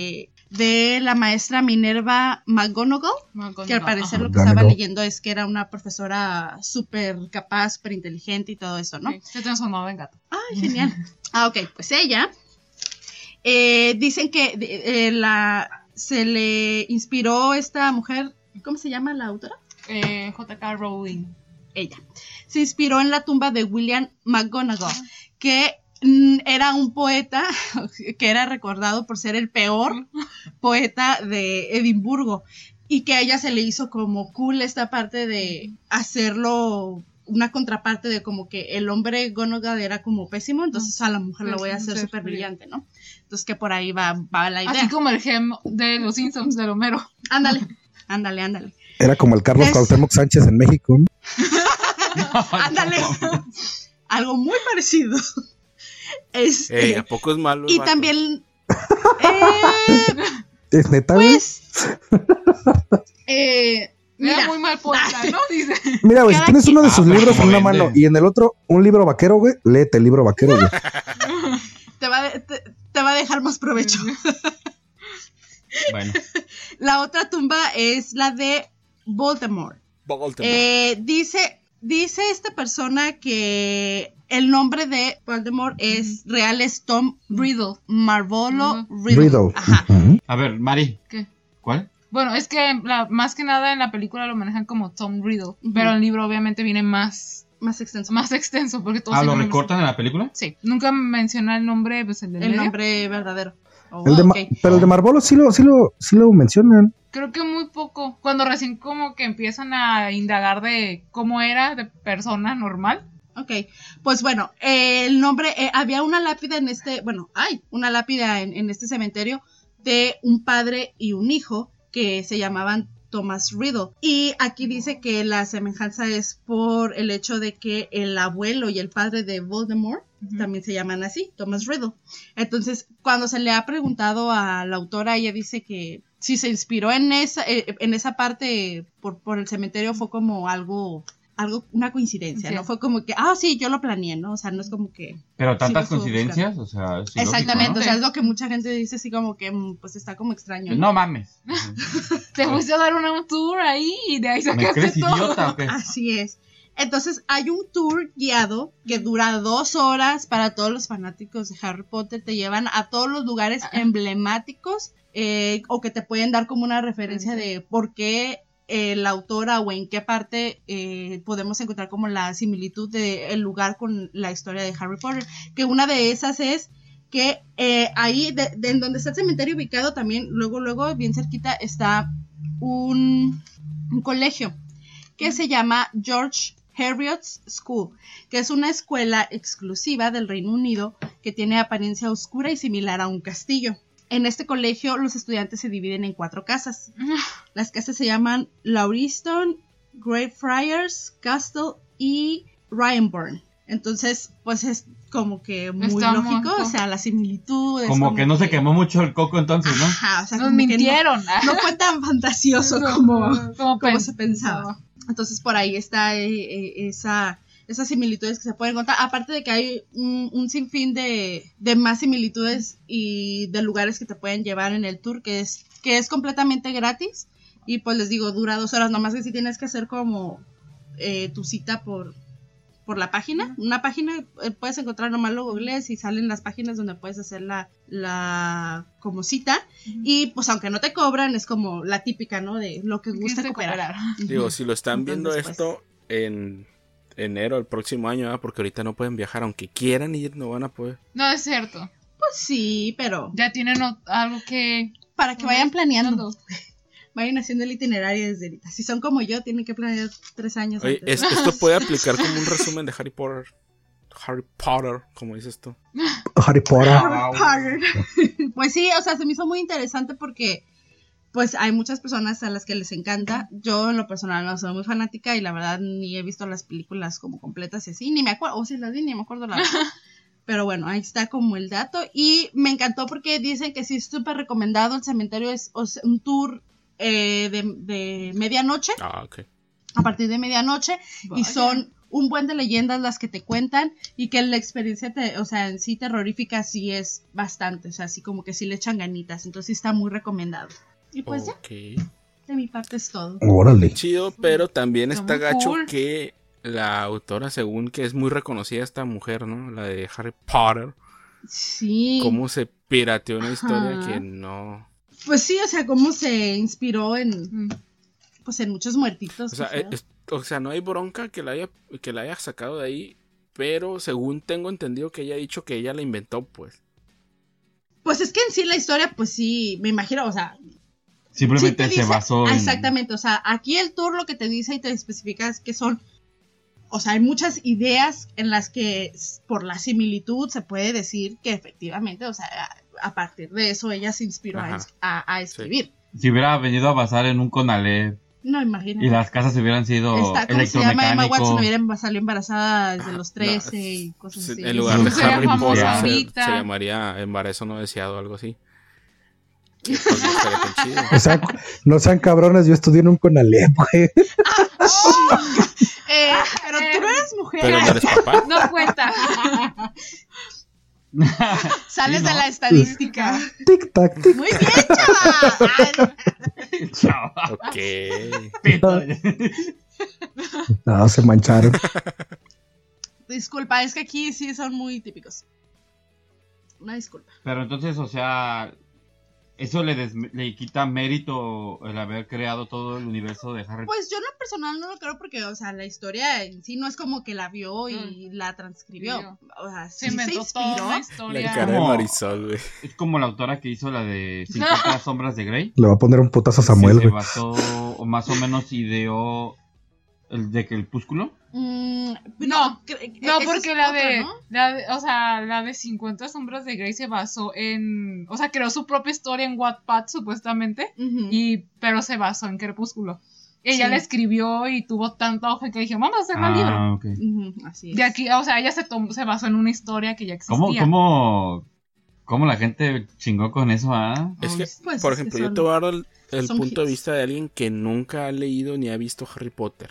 de la maestra Minerva McGonagall, que al parecer lo que McGonagall. estaba leyendo es que era una profesora súper capaz, súper inteligente y todo eso, ¿no? Sí, se transformaba en gato. Ay, genial. Ok, pues ella, dicen que se le inspiró esta mujer, ¿cómo se llama la autora? J.K. Rowling. Ella. Se inspiró en la tumba de William McGonagall, que era un poeta que era recordado por ser el peor poeta de Edimburgo, y que a ella se le hizo como cool esta parte de hacerlo una contraparte de como que el hombre McGonagall era como pésimo, entonces a la mujer lo voy a hacer súper brillante, ¿no? Entonces que por ahí va la idea. Así como el gem de los Simpsons de Homero. Ándale. Era como el Carlos Es- Cuauhtémoc Sánchez en México, ¿no? Ándale. Algo muy parecido. ¿A poco es malo? el Y vato? también ¿Es neta, güey? pues Era mira, muy mal poeta, ¿no? Dice. Mira, güey, si cada tienes quien- uno de sus pero libros en ¿cómo una vende? mano y en el otro un libro vaquero, güey, léete el libro vaquero, güey. te va a dejar más provecho. Bueno, La otra tumba es la de Voldemort. Baltimore. Dice esta persona que el nombre de Voldemort real es Tom Riddle. Marvolo Riddle. Riddle. Ajá. Ujú. a ver, Mari, ¿Qué? ¿cuál? Bueno, es que más que nada en la película lo manejan como Tom Riddle, pero el libro obviamente viene más extenso porque todos ¿Lo tienen nombres. recortan en la película? Sí, nunca menciona el nombre, pues el del El medio. nombre verdadero. Oh, El de ok. Pero el de Marvolo sí lo mencionan. Creo que muy poco. Cuando recién como que empiezan a indagar de cómo era de persona normal. Ok, pues bueno, el nombre, había una lápida hay una lápida en este cementerio de un padre y un hijo que se llamaban Thomas Riddle. Y aquí dice que la semejanza es por el hecho de que el abuelo y el padre de Voldemort también se llaman así, Thomas Riddle. Entonces, cuando se le ha preguntado a la autora, ella dice que si se inspiró en esa parte por el cementerio fue como algo, una coincidencia, Sí. ¿no? Fue como que, sí, yo lo planeé, ¿no? O sea, no es como que... Pero tantas Sí, lo estuvo coincidencias, o sea, es ilógico, Exactamente, ¿no? o sea, es lo que mucha gente dice así como que, pues está como extraño. No mames. Te fuiste a dar un tour ahí y de ahí ¿Me sacaste crees todo. idiota o qué? Así es. Entonces hay un tour guiado que dura 2 horas para todos los fanáticos de Harry Potter. Te llevan a todos los lugares emblemáticos o que te pueden dar como una referencia de por qué la autora o en qué parte podemos encontrar como la similitud del lugar con la historia de Harry Potter. Que una de esas es que ahí, en donde está el cementerio ubicado también, luego, bien cerquita, está un colegio que se llama George Heriot's School, que es una escuela exclusiva del Reino Unido que tiene apariencia oscura y similar a un castillo. En este colegio los estudiantes se dividen en 4 casas. Las casas se llaman Lauriston, Greyfriars Castle y Ryanburn. Entonces, pues es como que muy Está lógico, muerto. o sea, la similitud es Como que no se quemó mucho el coco entonces, ¿no? Ajá, o sea, Nos como que mintieron. no fue tan fantasioso como se pensaba. Entonces por ahí está esas similitudes que se pueden encontrar. Aparte de que hay un sinfín de más similitudes y de lugares que te pueden llevar en el tour, que es completamente gratis. Y pues les digo, dura 2 horas, nomás que si tienes que hacer como tu cita por la página. Una página puedes encontrar, nomás lo googleas y salen las páginas donde puedes hacer la como cita. Y pues aunque no te cobran, es como la típica, ¿no? De lo que gusta Quise cooperar. Digo, si lo están viendo Entonces, esto en enero, el próximo año, ¿verdad? Porque ahorita no pueden viajar, aunque quieran ir, no van a poder. No, es cierto. Pues sí, pero Ya tienen algo que... para que vayan planeando. Vayan haciendo el itinerario desde ahorita. Si son como yo, tienen que planear 3 años Oye, antes. esto puede aplicar como un resumen de Harry Potter. Harry Potter, como dices tú. Harry Potter. Potter. Pues sí, o sea, se me hizo muy interesante porque pues hay muchas personas a las que les encanta. Yo en lo personal no soy muy fanática y la verdad ni he visto las películas como completas y así, ni me acuerdo, o si las vi ni me acuerdo la verdad. Pero bueno, ahí está como el dato y me encantó porque dicen que sí es súper recomendado. El cementerio es un tour de medianoche, Ah, ok. a partir de medianoche, y Vaya. son un buen de leyendas las que te cuentan y que la experiencia, o sea, en sí terrorífica sí es bastante, o sea, así como que sí le echan ganitas, entonces sí está muy recomendado. Y pues ya, de mi parte es todo. Órale. Chido, pero también está muy gacho cool. que la autora, según que es muy reconocida esta mujer, ¿no? La de Harry Potter. Sí. Cómo se pirateó una historia Ajá. que no... Pues sí, o sea, cómo se inspiró en, pues en muchos muertitos. O sea, no hay bronca que la haya sacado de ahí, pero según tengo entendido que ella ha dicho que ella la inventó, pues. Pues es que en sí la historia, pues sí, me imagino, o sea... Simplemente sí te se dice, basó en... Exactamente, o sea, aquí el tour lo que te dice y te especifica es que son... O sea, hay muchas ideas en las que por la similitud se puede decir que efectivamente, o sea, a partir de eso ella se inspiró a escribir. Sí. Si hubiera venido a basar en un Conalep No, imagínate. y las casas hubieran sido ¿Cómo se llama? Emma Watson electromecánico. salió embarazada desde los 13 y cosas así. En lugar de Sería Harry famosa Potter ahorita. se llamaría embarazo no deseado, algo así. Que, pues, no estaría tan chido. O sea, no sean cabrones, yo estudié en un Conalep, güey. Pero tú no eres mujer. Pero no eres papá. No cuenta. Sales Sí, ¿no? de la estadística. Tic tac, tic. Muy bien, chaval. Ok. No, se mancharon. Disculpa, es que aquí sí son muy típicos. Una disculpa. Pero entonces, o sea, eso le quita mérito el haber creado todo el universo de Harry Potter. Pues yo en lo personal no lo creo porque, o sea, la historia en sí no es como que la vio y la transcribió. O sea, Se sí inventó se toda una inspiró. La historia. cara de Como- Marisol, güey. Es como la autora que hizo la de 50 sombras de Grey. Le va a poner un putazo a Samuel, que se güey. basó, o más o menos ideó el de Crepúsculo. No, No, esa porque es la otra, de, ¿no? o sea, la de 50 sombras de Grey se basó en, o sea, creó su propia historia en Wattpad supuestamente, Ujú. pero se basó en Crepúsculo. Ella Sí. la escribió y tuvo tanta hoja que dijo, vamos a hacer un libro. Ok. Ujú, así es. De aquí, o sea, ella se basó en una historia que ya existía. ¿Cómo la gente chingó con eso, ah? Es que, Pues, por es que ejemplo, yo son- te voy a dar el son punto de hits. vista de alguien que nunca ha leído ni ha visto Harry Potter.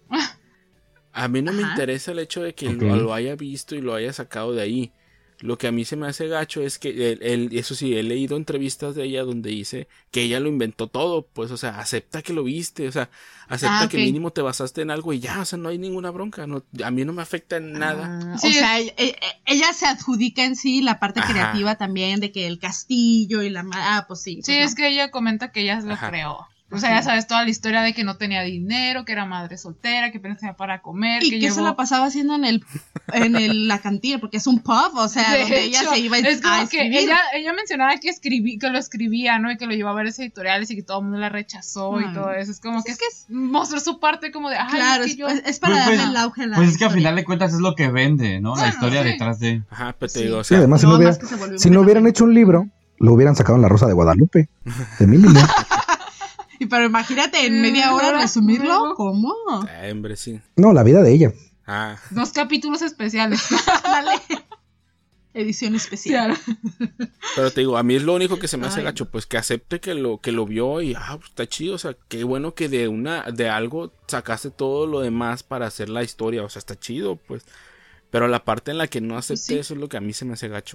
A mí no me Ajá. interesa el hecho de que Ok. lo haya visto y lo haya sacado de ahí. Lo que a mí se me hace gacho es que eso sí, he leído entrevistas de ella donde dice que ella lo inventó todo, pues, o sea, acepta que lo viste, o sea, acepta que ok. mínimo te basaste en algo y ya, o sea, no hay ninguna bronca, no, a mí no me afecta en nada. Sí, o sea, ella se adjudica en sí la parte Ajá. creativa también de que el castillo y la... pues sí. Sí, pues es no. que ella comenta que ella lo Ajá. creó. O sea, ya sabes toda la historia de que no tenía dinero, que era madre soltera, que apenas tenía para comer, Y que que llevó... se la pasaba haciendo la cantina, porque es un pub, o sea, De donde ella hecho, se iba es como a que escribir. ella mencionaba que lo escribía, ¿no? Y que lo llevaba a ver editoriales y que todo el mundo la rechazó y todo eso. Es como Pues que, es que mostró su parte como de, ay, Claro, es que es, yo... es para Pues, darle el auge a la Pues es que al historia. final de cuentas es lo que vende, ¿no? La Bueno, historia sí. detrás de... Ajá, pero te Sí. digo, o Sí, sea, además, No, más que se volvió si un no hubieran fenómeno. hecho un libro, lo hubieran sacado en La Rosa de Guadalupe. De mínimo. Y pero imagínate, en media hora resumirlo, ¿cómo? hombre, sí. No, la vida de ella. Ah, 2 capítulos especiales. Dale. Edición especial. pero te digo, a mí es lo único que se me hace Ay. gacho, pues que acepte que lo vio y pues, está chido, o sea, qué bueno que de algo sacaste todo lo demás para hacer la historia, o sea, está chido, pues. Pero la parte en la que no acepte Sí. eso es lo que a mí se me hace gacho.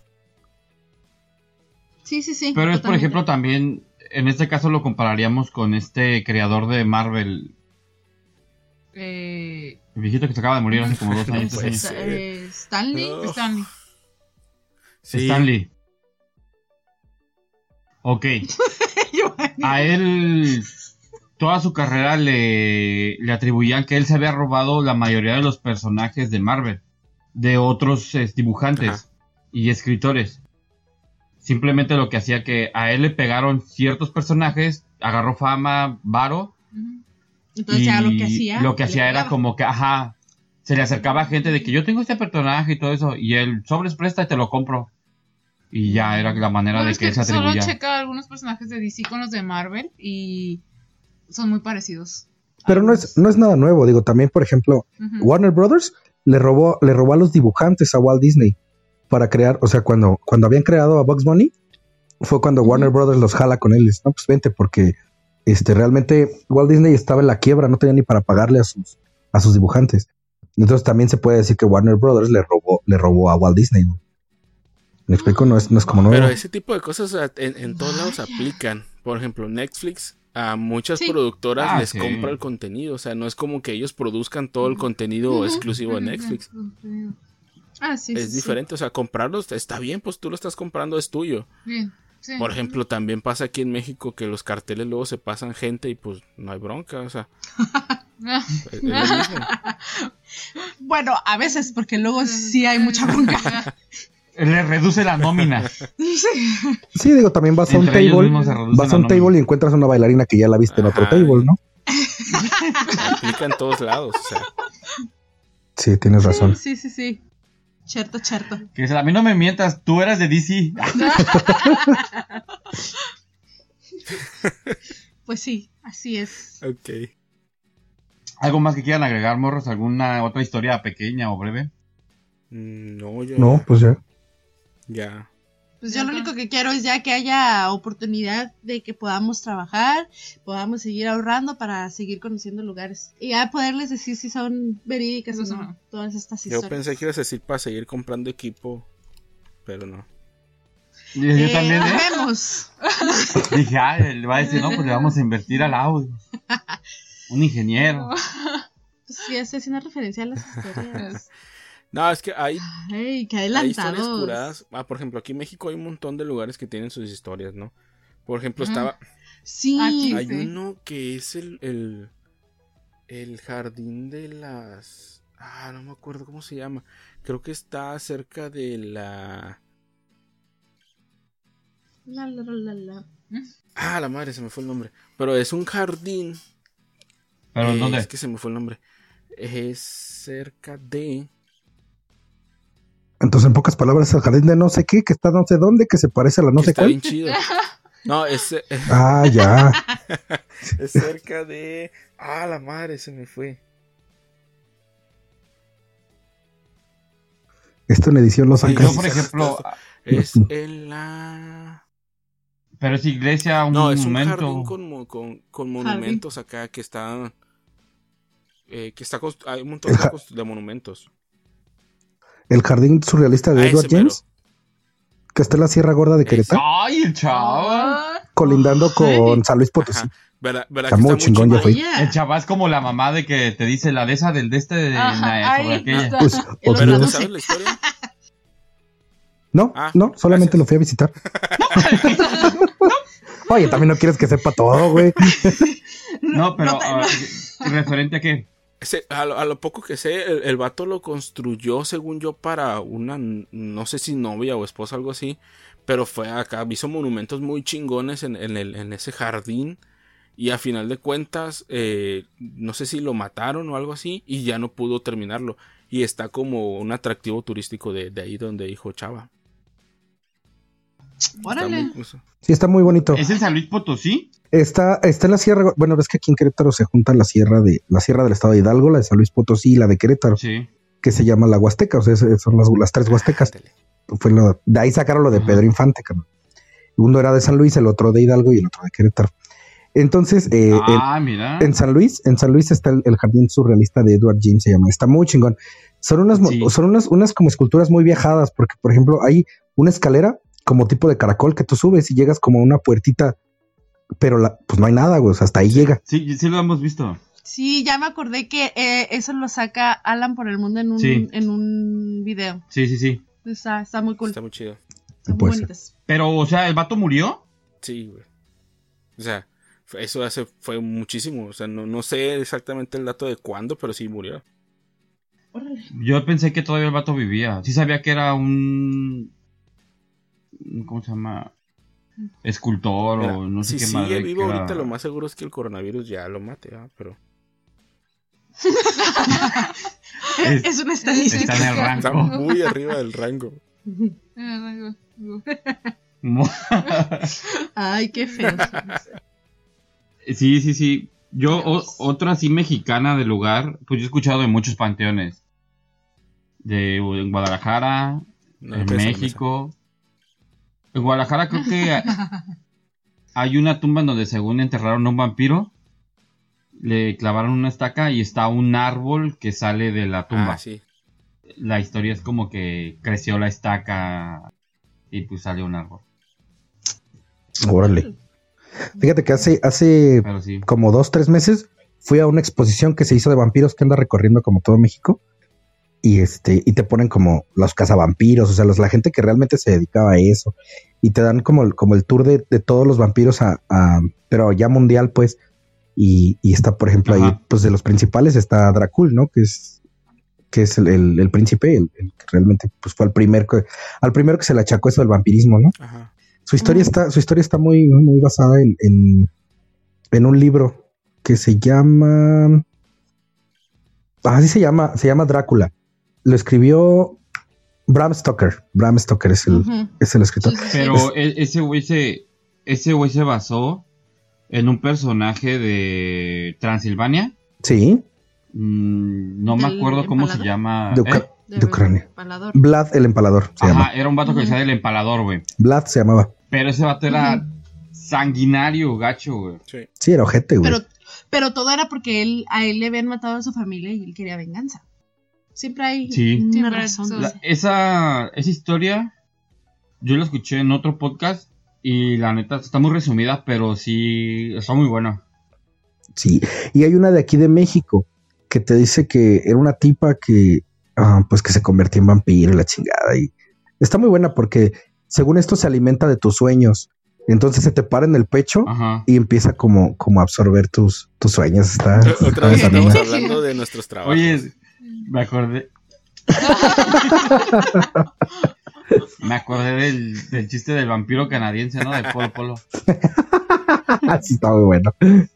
Sí. Pero es, por totalmente. ejemplo, también, en este caso lo compararíamos con este creador de Marvel, el viejito que se acaba de morir hace como 2 años. Pues, 3 años. Stanley. No. Stanley. Sí. Stanley. Ok. A él, toda su carrera le atribuían que él se había robado la mayoría de los personajes de Marvel, de otros dibujantes Ajá. y escritores. Simplemente lo que hacía que a él le pegaron ciertos personajes, agarró fama, varo, Entonces ya lo que hacía. era pegaba. como que, se le acercaba gente de que yo tengo este personaje y todo eso, y él, sobres, presta y te lo compro. Y ya era la manera Bueno, de es que él se solo atribuía. checa algunos personajes de DC con los de Marvel y son muy parecidos. Pero no es nada nuevo. Digo, también, por ejemplo, Ujú. Warner Brothers le robó a los dibujantes a Walt Disney para crear, o sea, cuando habían creado a Bugs Bunny, fue cuando Warner Brothers los jala con él. Les, no, pues vente, porque realmente Walt Disney estaba en la quiebra, no tenía ni para pagarle a sus dibujantes. Entonces también se puede decir que Warner Brothers le robó a Walt Disney, ¿no? ¿Me explico? No es como nuevo. Pero ese tipo de cosas en todos lados aplican. Por ejemplo, Netflix a muchas productoras les compra el contenido. O sea, no es como que ellos produzcan todo el contenido exclusivo de Netflix. Es diferente. O sea, comprarlos está bien, pues tú lo estás comprando, es tuyo. Bien. Sí. Por ejemplo, también pasa aquí en México que los carteles luego se pasan gente y pues no hay bronca. O sea, es lo mismo. Bueno, a veces, porque luego sí hay mucha bronca. Le reduce la nómina. Sí, digo, también vas a un table y encuentras una bailarina que ya la viste en otro table, ¿no? Aplica en todos lados, o sea. Sí, tienes razón. Sí. Cierto. Que a mí no me mientas, tú eras de DC. Pues sí, así es. Ok. ¿Algo más que quieran agregar, morros? ¿Alguna otra historia pequeña o breve? No, pues ya. Ya. Pues yo lo único que quiero es ya que haya oportunidad de que podamos trabajar, podamos seguir ahorrando para seguir conociendo lugares. Y ya poderles decir si son verídicas o no, todas estas historias. Yo pensé que ibas a decir para seguir comprando equipo, pero no. Yo también, Vemos. Dije, le va a decir, no, pues le vamos a invertir al audio. Un ingeniero. Pues sí, estoy haciendo referencia a las historias. No, es que hay qué adelantados. Hay historias curadas. Por ejemplo, aquí en México hay un montón de lugares que tienen sus historias, ¿no? Por ejemplo, Sí. Hay uno que es el jardín de las... no me acuerdo cómo se llama. Creo que está cerca de la... La madre, se me fue el nombre. Pero es un jardín. ¿Pero dónde? Es que se me fue el nombre. Es cerca de... Entonces, en pocas palabras, el jardín de no sé qué, que está no sé dónde, que se parece a la no sé cuál. Está bien chido. No, es... ya. Es cerca de... la madre, se me fue. Esto en edición Los Ángeles. Yo, por ejemplo... Es en la... Pero es iglesia, un monumento. No, es un jardín con monumentos acá que están... hay un montón de monumentos. El jardín surrealista de Edward James, que está en la Sierra Gorda de Querétaro. ¡Ay, el chaval! Colindando con San Luis Potosí. Está muy chingón, ya fui. El chaval es como la mamá de que te dice la de esa del de este de sobre aquella. Pues, ¿Pero te sabes la historia? No, solamente gracias. lo fui a visitar. Oye, también no quieres que sepa todo, güey. No, pero ¿referente a qué? A lo poco que sé, el vato lo construyó, según yo, para una, no sé si novia o esposa, algo así, pero fue acá, hizo monumentos muy chingones en ese jardín, y a final de cuentas, no sé si lo mataron o algo así, y ya no pudo terminarlo, y está como un atractivo turístico de ahí donde dijo Chava. Órale. Sí, está muy bonito. ¿Es en San Luis Potosí? Está en la sierra. Bueno, ves que aquí en Querétaro se juntan la sierra del estado de Hidalgo, la de San Luis Potosí y la de Querétaro, que se llama la Huasteca. O sea, son las tres Huastecas. De ahí sacaron lo de Pedro Infante, cabrón. Uno era de San Luis, el otro de Hidalgo y el otro de Querétaro. Entonces, mira. En San Luis está el jardín surrealista de Edward James, se llama. Está muy chingón. Son unas como esculturas muy viajadas, porque, por ejemplo, hay una escalera como tipo de caracol que tú subes y llegas como a una puertita, pero pues no hay nada, güey, o sea, hasta ahí llega. Sí lo hemos visto. Sí, ya me acordé que eso lo saca Alan por el mundo en un video. Sí. Está muy cool. Está muy chido. Están muy bonitas. Pero, o sea, ¿el vato murió? Sí, güey. O sea, eso fue muchísimo. O sea, no sé exactamente el dato de cuándo, pero sí murió. Órale. Yo pensé que todavía el vato vivía. Sí sabía que era un... ¿Cómo se llama? Escultor. Mira, o no sé qué más. Si sigue vivo ahorita, lo más seguro es que el coronavirus ya lo mate, pero... Es una estadística. Está en el rango. Está muy arriba del rango. Ay, qué feo. Sí. Yo, otra así mexicana del lugar, pues yo he escuchado de muchos panteones. En Guadalajara, en México. En Guadalajara creo que hay una tumba en donde según enterraron a un vampiro. le clavaron una estaca y está un árbol que sale de la tumba. Ah, sí. La historia es como que creció la estaca y pues salió un árbol. Órale. Fíjate que hace Pero sí. como 2-3 meses fui a una exposición que se hizo de vampiros que anda recorriendo como todo México. Y y te ponen como los cazavampiros, o sea, la gente que realmente se dedicaba a eso. Y te dan como el tour de todos los vampiros pero ya mundial, pues. Y está, por ejemplo, Ajá. ahí, pues de los principales está Drácula, ¿no? Que es el príncipe, el que realmente pues fue al primero que se le achacó eso del vampirismo, ¿no? Ajá. Su historia está muy, muy basada en un libro que se llama. Así se llama Drácula. Lo escribió Bram Stoker. Bram Stoker es el escritor. Sí, sí, sí. Pero ese güey se basó en un personaje de Transilvania. Sí, No me ¿Del acuerdo cómo se empalador? llama. de Ucrania. Empalador. Vlad el Empalador se llama. Ajá, era un vato que decía del empalador, güey. Vlad se llamaba. Pero ese vato era sanguinario, gacho, güey. Sí. Sí, era ojete, güey. Pero todo era porque a él le habían matado a su familia y él quería venganza. Siempre hay Sí. una Siempre razón. hay- Esa historia yo la escuché en otro podcast y la neta está muy resumida, pero sí está muy buena. Sí, y hay una de aquí de México que te dice que era una tipa que pues que se convertía en vampiro y la chingada. Y está muy buena porque según esto se alimenta de tus sueños. Entonces se te para en el pecho Ajá. y empieza como a absorber tus sueños. Está Otra vez está estamos buena. hablando de nuestros trabajos. Oye, me acordé. Me acordé del chiste del vampiro canadiense, ¿no? De Polo Polo. Sí, está muy bueno.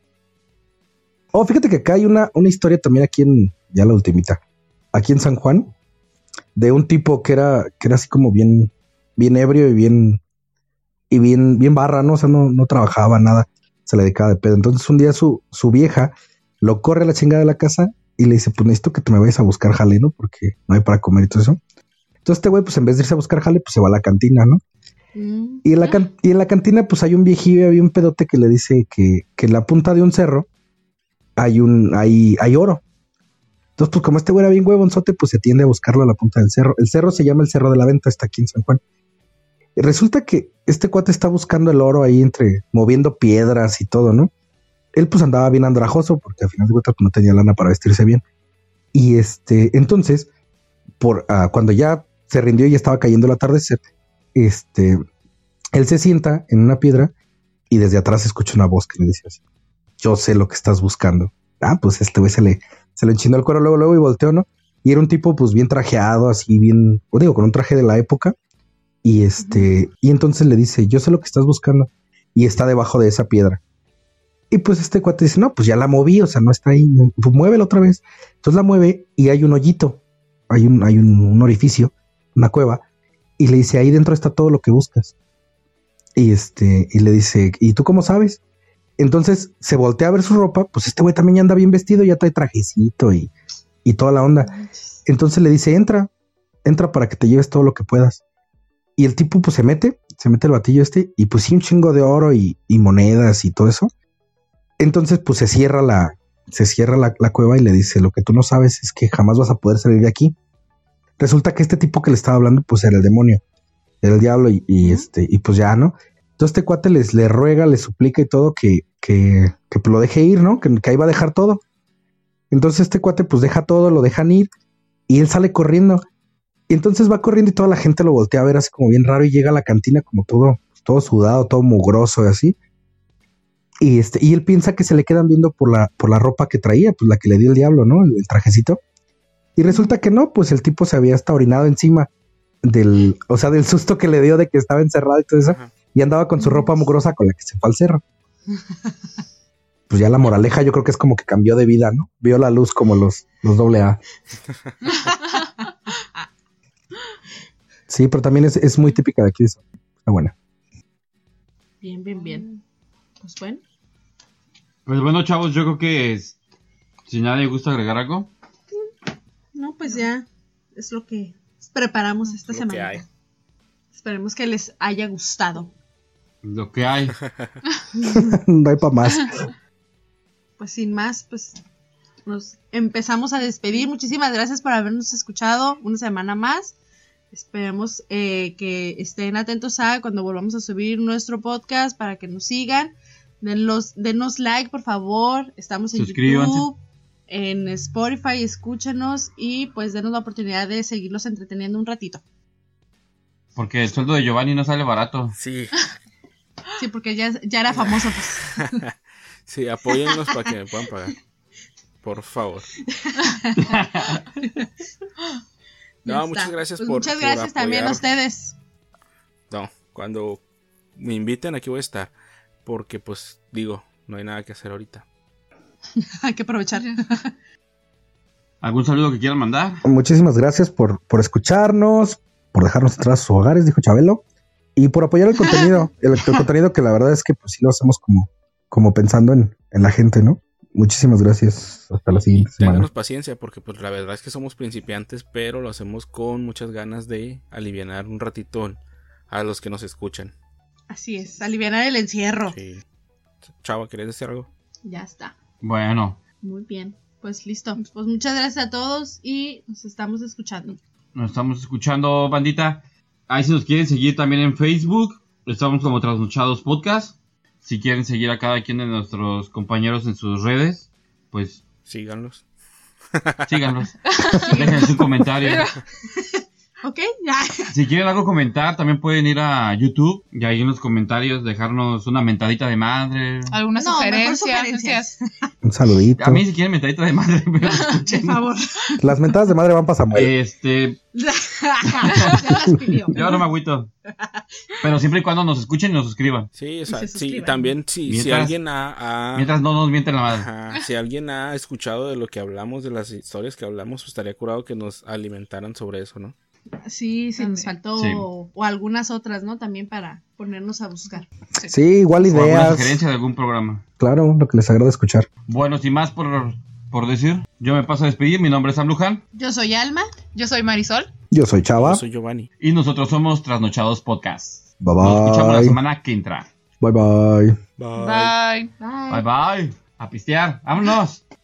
Oh, fíjate que acá hay una historia también aquí ya la ultimita, aquí en San Juan, de un tipo que era así como bien ebrio y bien barra, ¿no? O sea, no trabajaba nada, se le dedicaba de pedo. Entonces un día su vieja lo corre a la chingada de la casa y le dice, pues necesito que te me vayas a buscar jale, ¿no? Porque no hay para comer y todo eso. Entonces este güey, pues en vez de irse a buscar jale, pues se va a la cantina, ¿no? Y en la cantina, pues hay un viejillo, había un pedote que le dice que en la punta de un cerro hay oro. Entonces, pues como este güey era bien huevonzote, pues se tiende a buscarlo a la punta del cerro. El cerro se llama el Cerro de la Venta, está aquí en San Juan. Y resulta que este cuate está buscando el oro ahí moviendo piedras y todo, ¿no? Él pues andaba bien andrajoso porque al final de cuentas pues, no tenía lana para vestirse bien. Y entonces, cuando ya se rindió y ya estaba cayendo el atardecer, él se sienta en una piedra y desde atrás escucha una voz que le dice así: yo sé lo que estás buscando. Pues este güey se le enchinó el cuero luego y volteó, ¿no? Y era un tipo pues bien trajeado, así bien, con un traje de la época. Y y entonces le dice, yo sé lo que estás buscando. Y está debajo de esa piedra. Y pues este cuate dice, no, pues ya la moví, o sea, no está ahí, pues muévela otra vez. Entonces la mueve y hay un hoyito, hay un orificio, una cueva. Y le dice, ahí dentro está todo lo que buscas. Y le dice, ¿y tú cómo sabes? Entonces se voltea a ver su ropa, pues este güey también ya anda bien vestido, ya trae trajecito y toda la onda. Entonces le dice, entra para que te lleves todo lo que puedas. Y el tipo pues se mete el batillo y pues sí, un chingo de oro y monedas y todo eso. Entonces pues se cierra la cueva y le dice, lo que tú no sabes es que jamás vas a poder salir de aquí. Resulta que este tipo que le estaba hablando pues era el demonio, era el diablo y pues ya, ¿no? Entonces este cuate le ruega, le suplica y todo que lo deje ir, ¿no? Que ahí va a dejar todo. Entonces este cuate pues deja todo, lo dejan ir y él sale corriendo. Y entonces va corriendo y toda la gente lo voltea a ver así como bien raro y llega a la cantina como todo sudado, todo mugroso y así. Y él piensa que se le quedan viendo por la ropa que traía, pues la que le dio el diablo, ¿no? El trajecito. Y resulta que no, pues el tipo se había hasta orinado encima del susto que le dio de que estaba encerrado y todo eso. Ajá. Y andaba con su ropa mugrosa con la que se fue al cerro. Pues ya la moraleja yo creo que es como que cambió de vida, ¿no? Vio la luz como los AA. Sí, pero también es muy típica de aquí. Está buena. Bien, bien, bien. Pues bueno. Pues bueno, chavos, yo creo que si nadie gusta agregar algo. No, pues ya es lo que preparamos esta Lo semana. que hay. Esperemos que les haya gustado. Lo que hay. No hay para más. pues sin más, pues nos empezamos a despedir. Muchísimas gracias por habernos escuchado una semana más. Esperemos que estén atentos a cuando volvamos a subir nuestro podcast para que nos sigan. Denos like, por favor. Estamos en YouTube, en Spotify, escúchenos y pues denos la oportunidad de seguirlos entreteniendo un ratito. Porque el sueldo de Giovanni no sale barato. Sí. Sí, porque ya era famoso, pues. Sí, apóyennos para que me puedan pagar. Por favor. No, muchas gracias pues por muchas gracias por también a ustedes. No, cuando me inviten aquí voy a estar. Porque pues digo, no hay nada que hacer ahorita. Hay que aprovechar. ¿Algún saludo que quieran mandar? Muchísimas gracias por escucharnos, por dejarnos entrar a sus hogares, dijo Chabelo, y por apoyar el contenido. el contenido que la verdad es que pues sí lo hacemos como pensando en la gente, ¿no? Muchísimas gracias. Hasta la siguiente semana. Ténganos paciencia porque pues la verdad es que somos principiantes, pero lo hacemos con muchas ganas de alivianar un ratito a los que nos escuchan. Así es, alivianar el encierro. Sí. Chava, ¿querías decir algo? Ya está. Bueno. Muy bien. Pues listo. Pues muchas gracias a todos y nos estamos escuchando. Nos estamos escuchando, bandita. Ahí si nos quieren seguir también en Facebook, estamos como Trasnochados Podcast. Si quieren seguir a cada quien de nuestros compañeros en sus redes, pues síganlos. Síganlos. Dejen su comentario. Ok, ya. Si quieren algo comentar, también pueden ir a YouTube y ahí en los comentarios dejarnos una mentadita de madre. ¿Alguna sugerencia? Un saludito. A mí si quieren mentadita de madre, pero escuchen. Por favor. Las mentadas de madre van para Samuel. Ya las pidió. Yo no me agüito. Pero siempre y cuando nos escuchen y nos suscriban. Sí, o sea, sí, también si alguien mientras no nos mienten la madre. Ajá, si alguien ha escuchado de lo que hablamos, de las historias que hablamos, pues estaría curado que nos alimentaran sobre eso, ¿no? Sí, nos faltó. Sí. O algunas otras, ¿no? También para ponernos a buscar. Sí, igual O alguna ideas. sugerencia de algún programa. Claro, lo que les agrada escuchar. Bueno, sin más por decir, yo me paso a despedir. Mi nombre es Sam Luján. Yo soy Alma. Yo soy Marisol. Yo soy Chava. Yo soy Giovanni. Y nosotros somos Trasnochados Podcast. Bye Nos escuchamos la bye. semana que entra. Bye bye. Bye. Bye. Bye bye. A pistear. Vámonos.